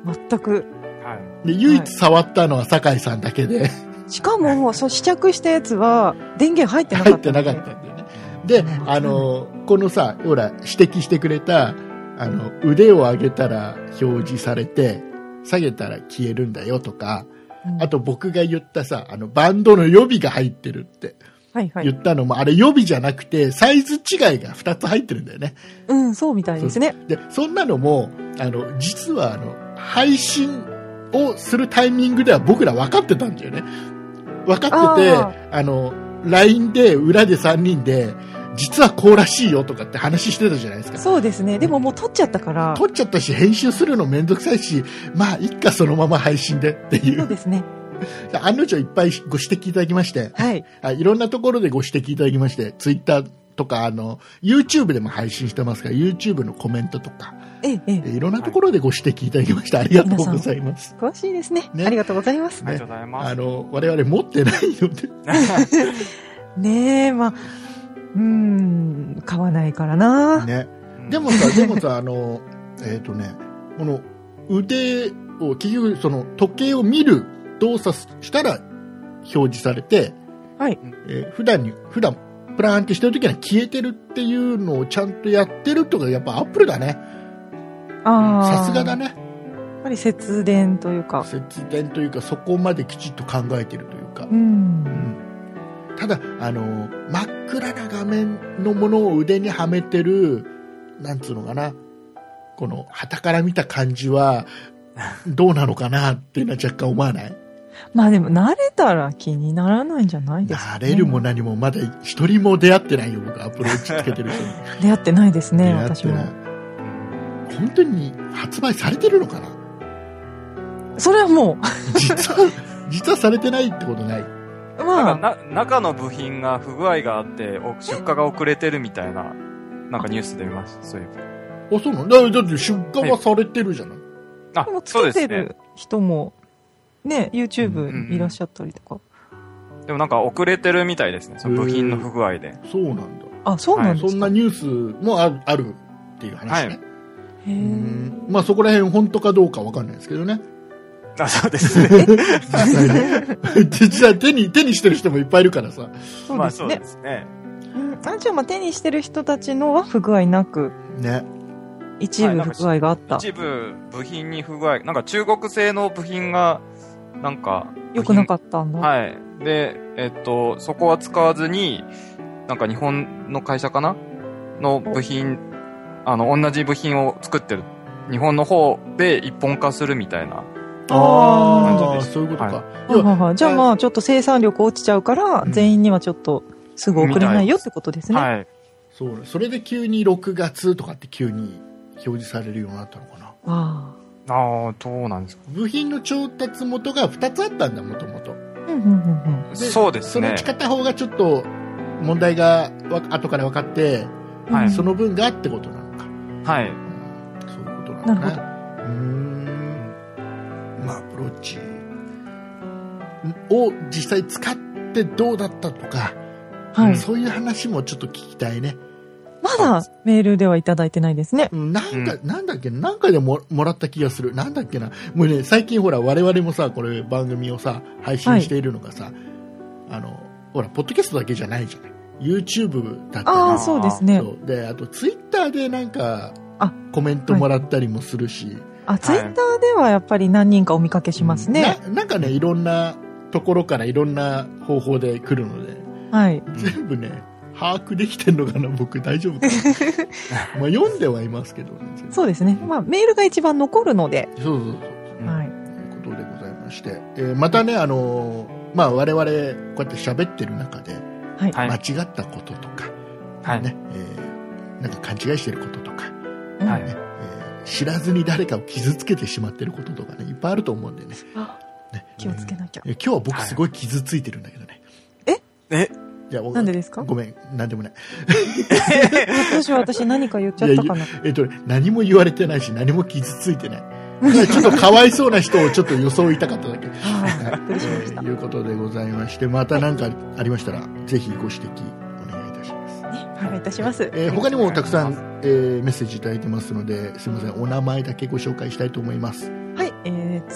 [SPEAKER 4] 全く。
[SPEAKER 3] はい。
[SPEAKER 2] で、唯一触ったのは酒井さんだけで。
[SPEAKER 4] しかも、そう、試着したやつは、電源入ってなかった。
[SPEAKER 2] 入ってなかったんだよね。で、あの、このさ、ほら、指摘してくれた、あの、腕を上げたら表示されて、下げたら消えるんだよとか、うん、あと僕が言ったさ、あの、バンドの予備が入ってるって。
[SPEAKER 4] はいはい。
[SPEAKER 2] 言ったのも、あれ予備じゃなくて、サイズ違いがふたつ入ってるんだよね。
[SPEAKER 4] うん、そうみたいですね。
[SPEAKER 2] で、そんなのも、あの、実はあの、配信をするタイミングでは僕ら分かってたんだよね。分かってて、あ, あの、ライン で、裏でさんにんで、実はこうらしいよとかって話してたじゃないですか。
[SPEAKER 4] そうですね。でももう撮っちゃったから。
[SPEAKER 2] 撮っちゃったし、編集するのめんどくさいし、まあ、いっかそのまま配信でっていう。
[SPEAKER 4] そうですね。
[SPEAKER 2] 案の定いっぱいご指摘いただきまして、
[SPEAKER 4] はい。
[SPEAKER 2] いろんなところでご指摘いただきまして、ツイッターとか、あの、YouTube でも配信してますから、YouTube のコメントとか、
[SPEAKER 4] ええ、
[SPEAKER 2] いろんなところでご指摘いただきまして、ありがとうございます。
[SPEAKER 4] 詳しいですね。ね。ありがとうございます。
[SPEAKER 3] ね、ありがとうございます。
[SPEAKER 2] あの、我々持ってないので。
[SPEAKER 4] ねえ、まあ、うーん、買わないからな。
[SPEAKER 2] ね。でもさ、でもさ、あの、えっとね、この腕を、結局その時計を見る動作したら表示されて、
[SPEAKER 4] はい。
[SPEAKER 2] えー、普段に、普段、プラーンってしてるときは消えてるっていうのをちゃんとやってるとか、やっぱアップルだね。
[SPEAKER 4] ああ。
[SPEAKER 2] さすがだね。
[SPEAKER 4] やっぱり節電というか。
[SPEAKER 2] 節電というか、そこまできちっと考えてるというか。
[SPEAKER 4] うん。
[SPEAKER 2] うんただ、あの、真っ暗な画面のものを腕にはめてる、なんつうのかな、この、旗から見た感じは、どうなのかなっていうのは若干思わない？
[SPEAKER 4] まあでも、慣れたら気にならないんじゃないですか、ね。
[SPEAKER 2] 慣れるも何も、まだ一人も出会ってないよ、僕、アプローチつけてる人に。
[SPEAKER 4] 出会ってないですね、私も。
[SPEAKER 2] 本当に発売されてるのかな？
[SPEAKER 4] それはもう。
[SPEAKER 2] 実は、実はされてないってことない？
[SPEAKER 3] まあ、な中の部品が不具合があって出荷が遅れてるみたいななんかニュースで見ました。そういう
[SPEAKER 2] あそうなの？だ, だって出荷はされてるじゃない、
[SPEAKER 3] はい、あ
[SPEAKER 4] でもつけてる人もね YouTube にいらっしゃったりとか、
[SPEAKER 3] うんうん、でもなんか遅れてるみたいですね、その部品の不具合で。
[SPEAKER 2] そうなんだ。
[SPEAKER 4] あ、そうなんですか、
[SPEAKER 2] はい、そんなニュースもあ る, あるっていう話ね、はい、
[SPEAKER 4] へー、
[SPEAKER 2] まあそこら辺本当かどうかわかんないですけどね。
[SPEAKER 3] あ、そうですね。
[SPEAKER 2] 実際ね。実際手に、手にしてる人もいっぱいいるからさ。
[SPEAKER 4] そうですね。
[SPEAKER 3] まあそうですね。
[SPEAKER 4] うん、あ、じゃあまあ手にしてる人たちのは不具合なく。
[SPEAKER 2] ね。
[SPEAKER 4] 一部不具合があった。
[SPEAKER 3] はい、一部部品に不具合、なんか中国製の部品が、なんか。
[SPEAKER 4] 良くなかったんだ。
[SPEAKER 3] はい。で、えっと、そこは使わずに、なんか日本の会社かなの部品、あの、同じ部品を作ってる。日本の方で一本化するみたいな。
[SPEAKER 2] ああ、そういうことか。
[SPEAKER 4] はいはいはい、じゃあまあちょっと生産力落ちちゃうから、うん、全員にはちょっとすぐ送れないよってことですね。
[SPEAKER 3] はい。
[SPEAKER 2] そう。それで急にろくがつとかって急に表示されるようになったのかな。
[SPEAKER 4] あ
[SPEAKER 3] あ。ああ、どうなんですか。
[SPEAKER 2] 部品の調達元がふたつあったんだ、もともと。
[SPEAKER 3] そうですね。
[SPEAKER 2] そのうち片方がちょっと問題が後から分かって、はい、その分がってことなのか。
[SPEAKER 3] はい。
[SPEAKER 2] そういうことなのかな。
[SPEAKER 4] なるほど。
[SPEAKER 2] うーん。まあ、アプローチを実際使ってどうだったとか、はい、そういう話もちょっと聞きたいね。
[SPEAKER 4] まだメールではいただいてないですね。
[SPEAKER 2] なんか、うん、なんだっけ、なんかでももらった気がする。なんだっけな。もうね、最近ほら、我々もさ、これ番組をさ、配信しているのがさ、はい、あの、ほら、ポッドキャストだけじゃないじゃない。YouTube だったり。
[SPEAKER 4] ああ、そうですね。
[SPEAKER 2] そう。で、あと Twitter でなんか、コメントもらったりもするし。はい、
[SPEAKER 4] あ、ツイッターではやっぱり何人かお見かけしますね。
[SPEAKER 2] な, なんかね、いろんなところからいろんな方法で来るので、
[SPEAKER 4] はい、
[SPEAKER 2] 全部ね、把握できてんのかな、僕大丈夫かな。まあ読んではいますけどね。
[SPEAKER 4] そうですね。まあメールが一番残るので。
[SPEAKER 2] そうそうそう。
[SPEAKER 4] はい。
[SPEAKER 2] ということでございまして、えー、またね、あのー、まあ我々こうやって喋ってる中で、はい、間違ったこととか、
[SPEAKER 3] はい、
[SPEAKER 2] ね、えー、なんか勘違いしてることとか、
[SPEAKER 3] はい、
[SPEAKER 2] ね、知らずに誰かを傷つけてしまってることとかね、いっぱいあると思うんでね。
[SPEAKER 4] あ、ね、気をつけなきゃ。
[SPEAKER 2] 今日は僕すごい傷ついてるんだけどね。
[SPEAKER 4] はい、
[SPEAKER 3] ええ
[SPEAKER 2] いや
[SPEAKER 4] なんでですか？
[SPEAKER 2] ごめん、なんでもない。
[SPEAKER 4] 私は私何か言っちゃったかな。
[SPEAKER 2] えっと、何も言われてないし、何も傷ついてない。ちょっとかわいそうな人をちょっと装いたかっただけ。
[SPEAKER 4] びっくりしました。
[SPEAKER 2] ということでございまして、また何かありましたら、はい、ぜひご指摘お願いいたします。
[SPEAKER 4] ね、お願いいたします。
[SPEAKER 2] えー、他にもたくさん、えー、メッセージいただいてますので、すみません、お名前だけご紹介したいと思います。
[SPEAKER 4] はい、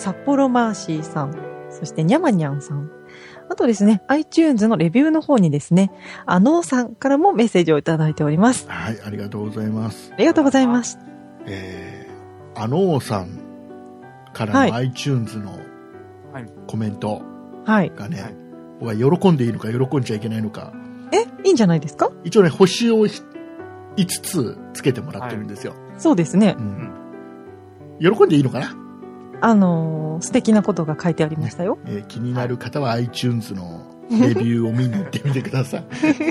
[SPEAKER 4] 札幌マーシーさん、そしてにゃまにゃんさん、あとですね、iTunes のレビューの方にですね、あのーさんからもメッセージをいただいております。
[SPEAKER 2] はい、ありがとうございます。
[SPEAKER 4] ありがとうございます。
[SPEAKER 2] えー、あのーさんからの iTunes のコメントがね、はいはい、僕は喜んでいいのか喜んじゃいけないのか。
[SPEAKER 4] え、いいんじゃないですか？
[SPEAKER 2] 一応ね、星をいつつつけてもらってるんですよ。はい、
[SPEAKER 4] そうですね、うん。
[SPEAKER 2] 喜んでいいのかな？
[SPEAKER 4] あのー、素敵なことが書いてありましたよ。
[SPEAKER 2] ねえー、気になる方は iTunes のレビューを見に行ってみてください。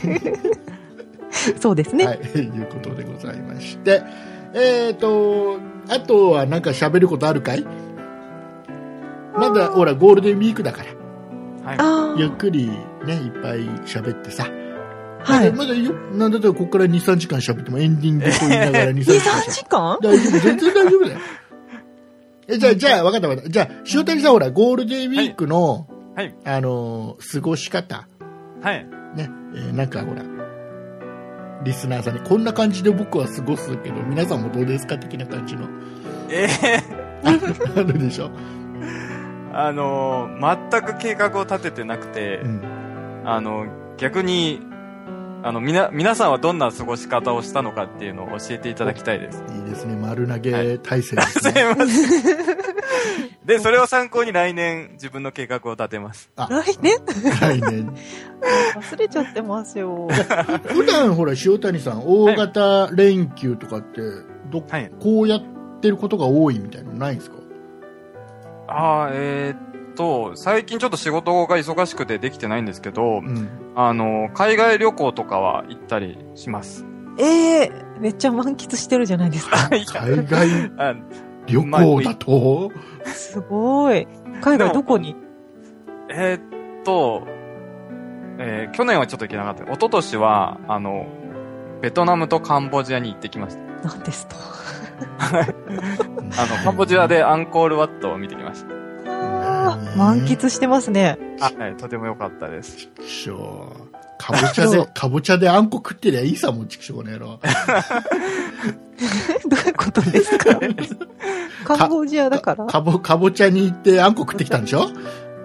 [SPEAKER 4] そうですね。
[SPEAKER 2] はい、いうことでございまして、えっと、あとはなんか喋ることあるかい？まだほらゴールデンウィークだから、はい、ゆっくりねいっぱい喋ってさ。はい。まだよ、なんだったらここからに、さんじかん喋ってもエンディングと言いながらに、さんじかん大丈夫、全然大丈夫だよ。え、じゃあ、じゃあ、わかったわかった。じゃあ、塩谷さんほら、ゴールデンウィークの、はい。あのー、過ごし方。
[SPEAKER 3] はい。
[SPEAKER 2] ね、えー、なんかほら、リスナーさんに、こんな感じで僕は過ごすけど、皆さんもどうですか的な感じの。
[SPEAKER 3] ええ
[SPEAKER 2] ー。あるでしょ。
[SPEAKER 3] あのー、全く計画を立ててなくて、うん、あの、逆に、あの、みな、皆さんはどんな過ごし方をしたのかっていうのを教えていただきたいです。
[SPEAKER 2] いいですね。丸投げ体制です
[SPEAKER 3] ね。はい、すいません。で、それを参考に来年自分の計画を立てます。
[SPEAKER 4] あ、来年
[SPEAKER 2] 来年。
[SPEAKER 4] 忘れちゃってますよ。
[SPEAKER 2] 普段ほら、塩谷さん、大型連休とかって、ど、はい、こうやってることが多いみたいなのないんですか？
[SPEAKER 3] ああ、えー、っと、最近ちょっと仕事が忙しくてできてないんですけど、うん、あの、海外旅行とかは行ったりします。
[SPEAKER 4] ええー、めっちゃ満喫してるじゃないですか。
[SPEAKER 2] 海外旅行だと、
[SPEAKER 4] まあ、すごい。海外どこに？
[SPEAKER 3] えー、っと、えー、去年はちょっと行けなかった。一昨年は、あの、ベトナムとカンボジアに行ってきました。
[SPEAKER 4] なんですと。
[SPEAKER 3] あの、カンボジアでアンコールワットを見てきました。
[SPEAKER 4] 満喫してますね。
[SPEAKER 3] はい、とても良かったです。
[SPEAKER 2] ちくしょう。かぼちゃで、かぼちゃであんこ食ってりゃいいさもん、ちくしょうねろ。ど
[SPEAKER 4] ういうことですか？カンボジアだから
[SPEAKER 2] かぼ、かぼちゃに行ってあんこ食ってきたんでしょ？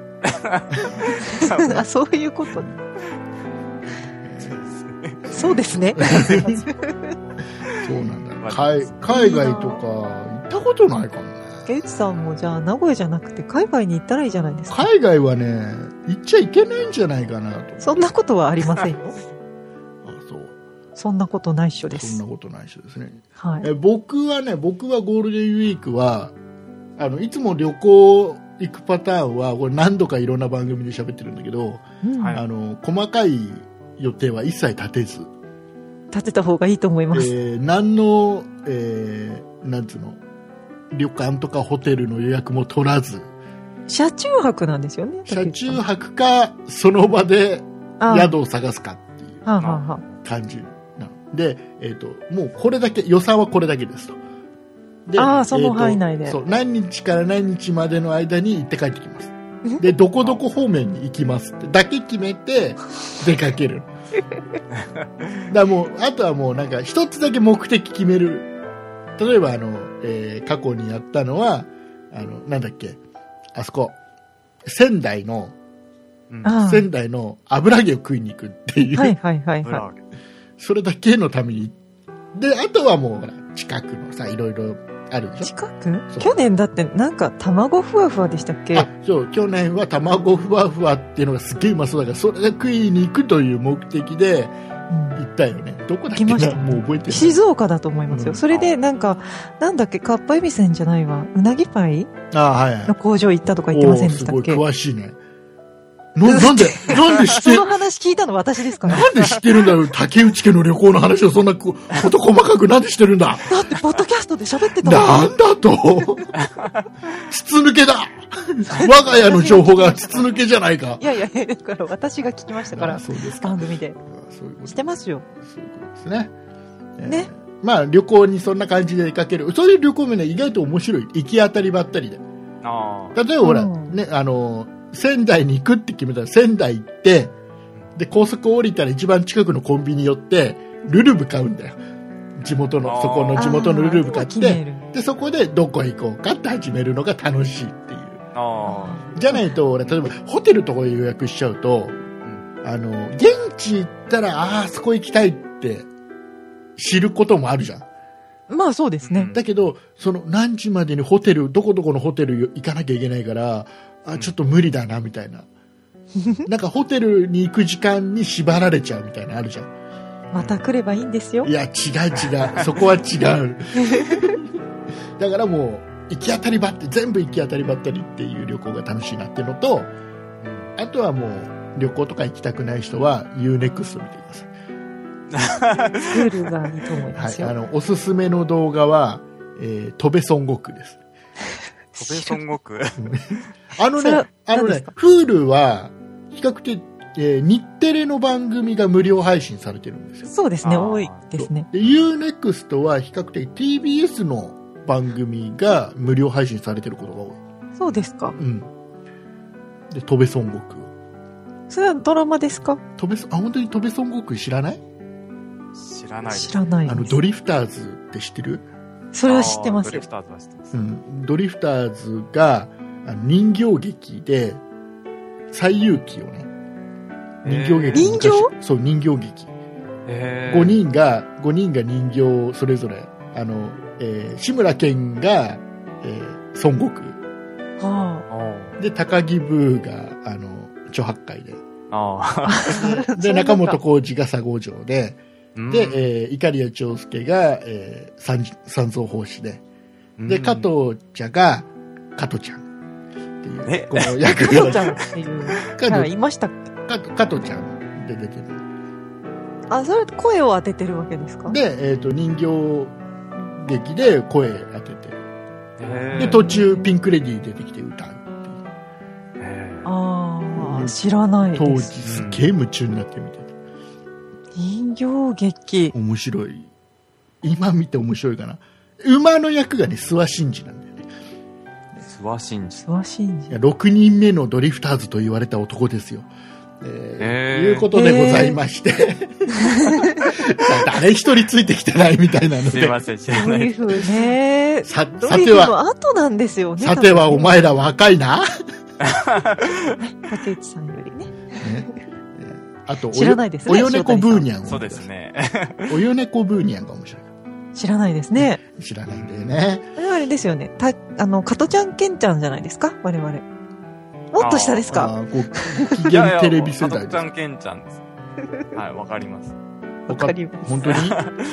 [SPEAKER 4] あ、そういうことね。そうですね。
[SPEAKER 2] そうなんだ。海、海外とか行ったことないかもね。
[SPEAKER 4] ゲイツさんもじゃあ名古屋じゃなくて海外に行ったらいいじゃないですか。
[SPEAKER 2] 海外はね、行っちゃいけないんじゃないかなと。
[SPEAKER 4] そんなことはありませんよ。あ、
[SPEAKER 2] そう。
[SPEAKER 4] そんなことないっしょです。
[SPEAKER 2] そんなことないっしょですね。
[SPEAKER 4] はい。
[SPEAKER 2] え、僕はね、僕はゴールデンウィークは、あの、いつも旅行行くパターンは、これ何度かいろんな番組で喋ってるんだけど、うん、あの、細かい予定は一切立てず。
[SPEAKER 4] 立てた方がいいと思います。
[SPEAKER 2] えー、何の、えー、なんつうの、旅館とかホテルの予約も取らず。
[SPEAKER 4] 車中泊なんですよね。
[SPEAKER 2] 車中泊か、その場で宿を探すかっていう感じなの。で、えっと、もうこれだけ、予算はこれだけですと。
[SPEAKER 4] で、ああ、その範囲内で、
[SPEAKER 2] そう、何日から何日までの間に行って帰ってきます。で、どこどこ方面に行きますってだけ決めて出かける。だもう、あとはもうなんか一つだけ目的決める。例えばあの、えー、過去にやったのは、あの、なんだっけ、あそこ、仙台の、うん、仙台の油揚げを食いに行くっていう。
[SPEAKER 4] はいはいはいはい。
[SPEAKER 2] それだけのために。で、あとはもう、ほら、近くのさ、いろいろあるでしょ。
[SPEAKER 4] 近く？去年だってなんか卵ふわふわでしたっけ？
[SPEAKER 2] あ、そう、去年は卵ふわふわっていうのがすっげえうまそうだから、それで食いに行くという目的で行ったよね。うん、どこだっけな、もう覚えてない。
[SPEAKER 4] 静岡だと思いますよ。うん、それでなんか、なんだっけ、かっぱえびせんじゃないわ。うなぎパイの工場行ったとか言ってませんでしたっけ？
[SPEAKER 2] すごい詳しいね。な、なんで、なんで知って
[SPEAKER 4] その話聞いたの私ですから。
[SPEAKER 2] なんで知ってるんだろう竹内家の旅行の話をそんなここと細かくなんで知ってるんだ
[SPEAKER 4] だって、ポッドキャストで喋ってた
[SPEAKER 2] なんだと筒抜けだ我が家の情報が筒抜けじゃないか。
[SPEAKER 4] いやいや、だから私が聞きましたから、
[SPEAKER 2] そうですか
[SPEAKER 4] 番組で。
[SPEAKER 2] そういうこと
[SPEAKER 4] してますよ。
[SPEAKER 2] そういうことですね。
[SPEAKER 4] ね。
[SPEAKER 2] えー、まあ旅行にそんな感じで出かける。そういう旅行もね、意外と面白い。行き当たりばったりで。
[SPEAKER 3] あ
[SPEAKER 2] 例えばほら、うん、ね、あの、仙台に行くって決めたら仙台行って、で、高速降りたら一番近くのコンビニ寄って、ルルブ買うんだよ。地元の、そこの地元のルルブ買って、で、そこでどこ行こうかって始めるのが楽しいっていう。
[SPEAKER 3] あ
[SPEAKER 2] じゃないと、俺、例えばホテルとか予約しちゃうと、うん、あの、現地行ったら、ああ、そこ行きたいって知ることもあるじゃん。
[SPEAKER 4] まあそうですね。
[SPEAKER 2] だけど、その何時までにホテル、どこどこのホテル行かなきゃいけないから、あ、ちょっと無理だな、みたいな。なんかホテルに行く時間に縛られちゃうみたいなのあるじゃん。
[SPEAKER 4] また来ればいいんですよ。
[SPEAKER 2] いや、違う違う。そこは違う。だからもう、行き当たりばって、全部行き当たりばったりっていう旅行が楽しいなっていうのと、あとはもう、旅行とか行きたくない人は ユーネクスト 見てください。
[SPEAKER 4] ルールがいいと思いますよ。
[SPEAKER 2] はい、あのおすすめの動画は、えー、戸部孫悟空です。
[SPEAKER 3] 戸部孫悟空
[SPEAKER 2] あのね、あのね、Hulu は比較的、えー、日テレの番組が無料配信されてるんですよ。
[SPEAKER 4] そうですね、多いですね。
[SPEAKER 2] で ユーネクスト は比較的 ティービーエス の番組が無料配信されてることが多い。
[SPEAKER 4] そうですか。
[SPEAKER 2] うん。で、戸部孫悟空。
[SPEAKER 4] それはドラマですか？
[SPEAKER 2] 戸部あ、本当に戸部孫悟空知らない？
[SPEAKER 3] 知らないです。
[SPEAKER 4] 知らないです。
[SPEAKER 2] あのドリフターズって知ってる？
[SPEAKER 4] それは知ってますよ。
[SPEAKER 3] ドリフターズは知ってます。
[SPEAKER 2] うん、ドリフターズがあの人形劇で西遊記をね、人形劇、
[SPEAKER 4] 人形？
[SPEAKER 2] そう人形劇。
[SPEAKER 3] えー、
[SPEAKER 2] ごにんが五人が人形をそれぞれあの、えー、志村けんが、えー、孫悟空。
[SPEAKER 4] は
[SPEAKER 2] あ、で高木ブーがあの猪八戒で。
[SPEAKER 3] あ
[SPEAKER 2] で中本浩二が佐合城で。で、えー、碇谷長介が、えー、三, 三蔵法師で、で、加藤茶が、加藤ちゃんっていう、この役
[SPEAKER 4] が。加藤ちゃんっていうキャラいましたっけ？
[SPEAKER 2] 加藤ちゃんで出てる。
[SPEAKER 4] あ、それ声を当ててるわけですか？
[SPEAKER 2] で、えっと、人形劇で声当てて、で、途中ピンクレディー出てきて歌うっていう。
[SPEAKER 4] ああ、知らないです。
[SPEAKER 2] 当時すげえ夢中になって見てた。
[SPEAKER 4] 人形劇
[SPEAKER 2] 面白い。今見て面白いかな。馬の役がね、諏訪真二なんだよね。
[SPEAKER 3] 諏訪真二。
[SPEAKER 4] 諏訪真二。
[SPEAKER 2] ろくにんめのドリフターズと言われた男ですよ。えーえー、いうことでございまして。えー、誰一人ついてきてないみたいなので。
[SPEAKER 3] すいません、知らない。
[SPEAKER 4] ドリフね。
[SPEAKER 2] さ、
[SPEAKER 4] さては。ドリフの後なんですよね。
[SPEAKER 2] さてはお前ら若いな。
[SPEAKER 4] 竹内さんよりね。ね、
[SPEAKER 2] あと、
[SPEAKER 4] 知らないですね。
[SPEAKER 2] およねこブーニャン。
[SPEAKER 3] そうですね。
[SPEAKER 2] およねこブーニャンが面白い。
[SPEAKER 4] 知らないですね。
[SPEAKER 2] 知らないんだよね。
[SPEAKER 4] あれあれですよね。た、あの、加トちゃんケンちゃんじゃないですか我々。もっと下ですか？
[SPEAKER 2] ああ、ご機嫌テレビ世代です。
[SPEAKER 3] 加トちゃんケンちゃんです。はい、わかります。
[SPEAKER 4] わかります。
[SPEAKER 2] 本当に？ああ、そうなんだ。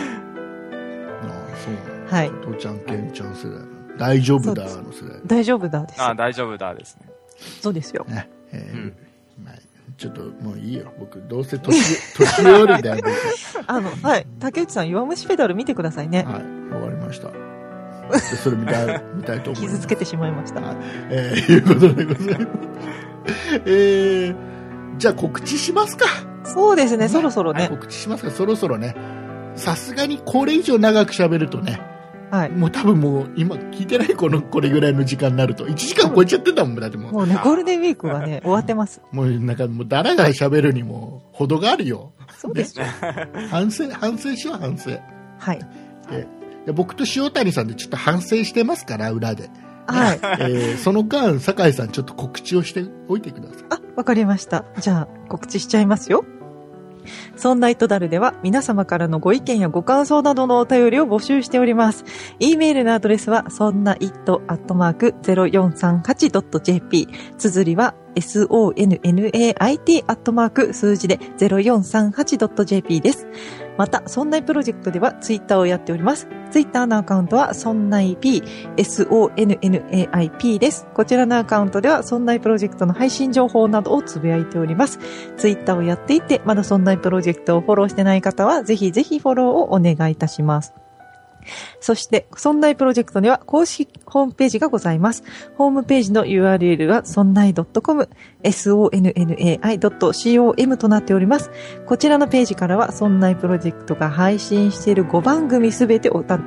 [SPEAKER 4] はい。
[SPEAKER 2] 加トちゃんケンちゃん世代。大丈夫だの世代。
[SPEAKER 4] 大丈夫だです。
[SPEAKER 3] ああ、大丈夫だですね。
[SPEAKER 4] そうですよ。
[SPEAKER 2] ね。えーうんまあちょっともういいよ。僕、どうせ年、年寄りだよ。
[SPEAKER 4] あの、はい。竹内さん、弱虫ペダル見てくださいね。
[SPEAKER 2] はい。わかりました。それ見たい、見たいと思います。
[SPEAKER 4] 傷つけてしまいました。
[SPEAKER 2] はい。えー、いうことでございます。えー、じゃあ告知しますか。
[SPEAKER 4] そうですね、そろそろね。
[SPEAKER 2] 告知しますか、そろそろね。さすがにこれ以上長く喋るとね。はい。もう多分もう今聞いてないこのこれぐらいの時間になるといちじかん超えちゃってたもんだってもう。
[SPEAKER 4] もうねゴールデンウィークはね終わってます。
[SPEAKER 2] もうなんかもうだらだら喋るにも程があるよ。
[SPEAKER 4] そうですよ。
[SPEAKER 2] 反省反省しよう反省。
[SPEAKER 4] はい。
[SPEAKER 2] でで僕と塩谷さんでちょっと反省してますから裏で。
[SPEAKER 4] はい。
[SPEAKER 2] えー、その間酒井さんちょっと告知をしておいてください。
[SPEAKER 4] あ、わかりました。じゃあ告知しちゃいますよ。そんなイトダルでは皆様からのご意見やご感想などのお便りを募集しております。e メールのアドレスはそんな イット アットマーク ゼロよんさんはち ドット ジェーピー 綴りは ソンナ アットマーク数字で ゼロよんさんはち ドット ジェーピー です。また、そんないプロジェクトではツイッターをやっております。ツイッターのアカウントはそんない P、ソンナ イ です。こちらのアカウントではそんないプロジェクトの配信情報などをつぶやいております。ツイッターをやっていて、まだそんないプロジェクトをフォローしてない方は、ぜひぜひフォローをお願いいたします。そして、そんないプロジェクトには公式ホームページがございます。ホームページの ユーアールエル はそんない ドットコム、ソンナイ ドットコム となっております。こちらのページからは、そんないプロジェクトが配信しているごばんぐみすべておたお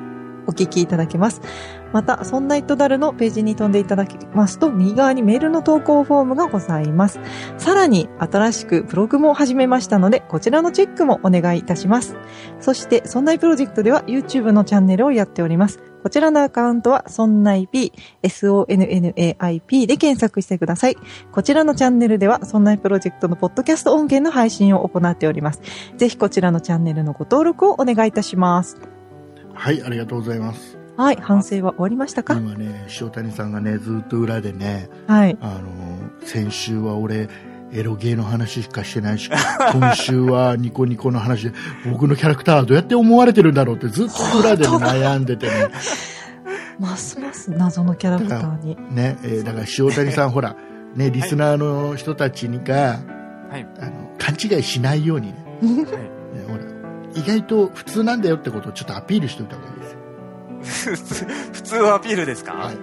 [SPEAKER 4] お聞きいただけます。また、そんなイットダルのページに飛んでいただきますと、右側にメールの投稿フォームがございます。さらに、新しくブログも始めましたので、こちらのチェックもお願いいたします。そして、そんないプロジェクトでは YouTube のチャンネルをやっております。こちらのアカウントは、そんない P、エスオーエヌエヌエーアイピー で検索してください。こちらのチャンネルでは、そんないプロジェクトのポッドキャスト音源の配信を行っております。ぜひこちらのチャンネルのご登録をお願いいたします。
[SPEAKER 2] はい、ありがとうございます。
[SPEAKER 4] はい、反省は終わりましたか？
[SPEAKER 2] 今ね、塩谷さんがね、ずっと裏でね、
[SPEAKER 4] はい。
[SPEAKER 2] あの、先週は俺、エロゲーの話しかしてないし、今週はニコニコの話で、僕のキャラクターはどうやって思われてるんだろうってずっと裏で、ね、悩んでてね。
[SPEAKER 4] ますます謎のキャラクターに。
[SPEAKER 2] ね、えー、だから塩谷さん、ほら、ね、リスナーの人たちが、はい、あの勘違いしないようにね、はい、ね、ほら、意外と普通なんだよってことをちょっとアピールしておいた方がいいですよ。
[SPEAKER 3] 普通、普通はアピールですか？はい。はい。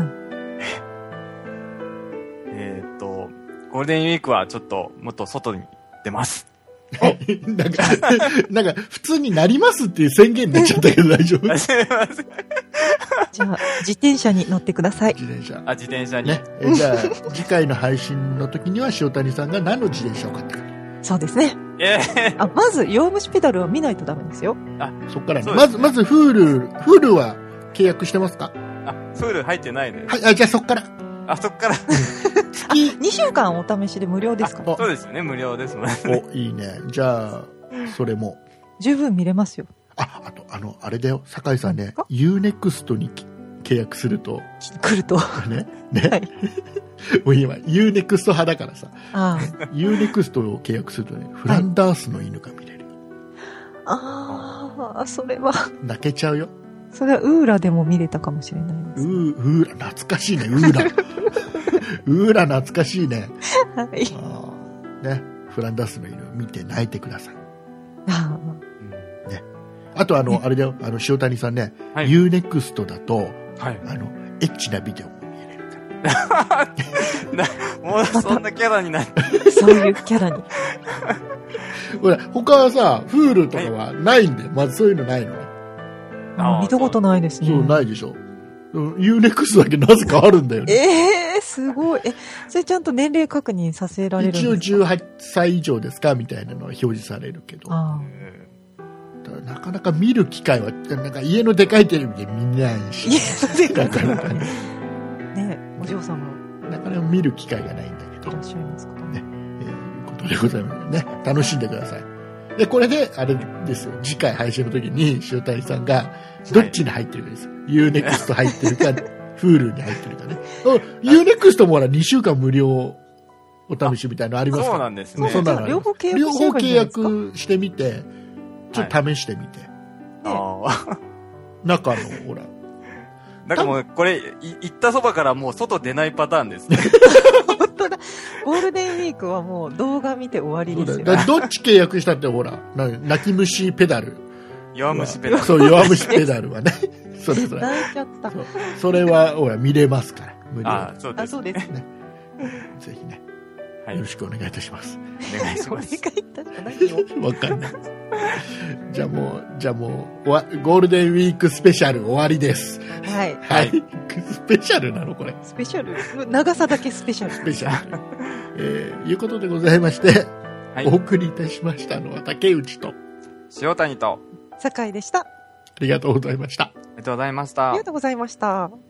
[SPEAKER 3] えーっと、ゴールデンウィークはちょっともっと外に出ます。
[SPEAKER 2] なんか、なんか、普通になりますっていう宣言になっちゃったけど大丈夫？
[SPEAKER 4] すいません。じゃあ、自転車に乗ってください。
[SPEAKER 2] 自転車。
[SPEAKER 3] あ、自転車に。
[SPEAKER 2] ね。えじゃあ、次回の配信の時には塩谷さんが何の自転車を買ったか。
[SPEAKER 4] そうですね。
[SPEAKER 3] え
[SPEAKER 4] ー、あ、まず、弱虫ペダルを見ないとダメですよ。
[SPEAKER 2] あ、そっからね。まず、まず、Hulu、Hulu は契約してますか？
[SPEAKER 3] あ、Hulu 入ってないです。
[SPEAKER 2] はい、あ、じゃあそっから。
[SPEAKER 3] あ、そっから。
[SPEAKER 4] あ、にしゅうかんお試しで無料ですか？
[SPEAKER 3] そうですよね、無料ですもんね。
[SPEAKER 2] お、いいね。じゃあ、それも。
[SPEAKER 4] 十分見れますよ。
[SPEAKER 2] あ、あと、あの、あれだよ。酒井さんね、ユーネクスト に契約すると。
[SPEAKER 4] 来ると。
[SPEAKER 2] ね。ね。はい、もう今、ユーネクスト 派だからさ。
[SPEAKER 4] ああ。
[SPEAKER 2] ユーネクスト を契約するとね、フランダースの犬が見れる。
[SPEAKER 4] ああ、それは。
[SPEAKER 2] 泣けちゃうよ。
[SPEAKER 4] それはウーラでも見れたかもしれないです。
[SPEAKER 2] ウー、ウーラ、懐かしいね、ウーラ。ウーラ懐かしいね。
[SPEAKER 4] はい。
[SPEAKER 2] あね、フランダースの犬見て泣いてください。
[SPEAKER 4] あ
[SPEAKER 2] あ、ね。あとあの、ね、あれだよ、あの、塩谷さんね、はい、ユーネクスト だと、はい、あの、エッチなビデオも見れるから。
[SPEAKER 3] もうそんなキャラになって。
[SPEAKER 4] そういうキャラに。
[SPEAKER 2] ほら、他はさ、Hulu とかはないんだよ。まずそういうのないのね。
[SPEAKER 4] あ、見たことないですね。
[SPEAKER 2] そう、ないでしょ。ユーネクスト だけなぜかあるんだよね。
[SPEAKER 4] ええー、すごい。え、それちゃんと年齢確認させられるんですか？
[SPEAKER 2] 一応じゅうはっさい以上ですかみたいなのは表示されるけど。あだからなかなか見る機会は、なんか家のでかいテレビで見ないし。
[SPEAKER 4] 家のでかいテレビ。ね、お嬢様。
[SPEAKER 2] なかなか見る機会がないんだけど。
[SPEAKER 4] いらっしゃいますかね。
[SPEAKER 2] えー、いうことでございますね。楽しんでください。で、これで、あれですよ、次回配信の時に、塩谷さんが、どっちに入ってるかですよ。ユーネクスト 入ってるか、Hulu に入ってるかね。ユーネクスト もほら、にしゅうかん無料お試しみたいなのありますから。
[SPEAKER 3] そうなんですね。
[SPEAKER 2] そうなの。
[SPEAKER 4] 両方契約
[SPEAKER 2] 両方契約してみて、ちょっと試してみて。
[SPEAKER 3] はい、
[SPEAKER 2] 中の、ほら。
[SPEAKER 3] なんかもう、これ、行ったそばからもう外出ないパターンですね。
[SPEAKER 4] 本当だ。ゴールデンウィークはもう動画見て終わりですよ。
[SPEAKER 2] だどっち契約したってほら、泣き虫ペダル。
[SPEAKER 3] 弱虫ペダル。
[SPEAKER 2] そう、弱虫ペダルはね。それぞれ。
[SPEAKER 4] 泣いちゃった。
[SPEAKER 2] それは、ほら、見れますから。無料。
[SPEAKER 3] あ、そうです。
[SPEAKER 4] あ、そうですね。
[SPEAKER 2] ぜひね。はい、よろしくお願いいたします。
[SPEAKER 3] お願いします。
[SPEAKER 4] お願いいたします。
[SPEAKER 2] わかんない。じゃあもう、じゃあもう、ゴールデンウィークスペシャル終わりです。
[SPEAKER 4] はい。
[SPEAKER 2] はい。スペシャルなのこれ。
[SPEAKER 4] スペシャル長さだけスペシャル。
[SPEAKER 2] スペシャル。えー、いうことでございまして、はい、お送りいたしましたのは竹内と、
[SPEAKER 3] 塩谷と、
[SPEAKER 4] 酒井でした。あ
[SPEAKER 2] りがとうございました。
[SPEAKER 3] ありがとうございました。
[SPEAKER 4] ありがとうございました。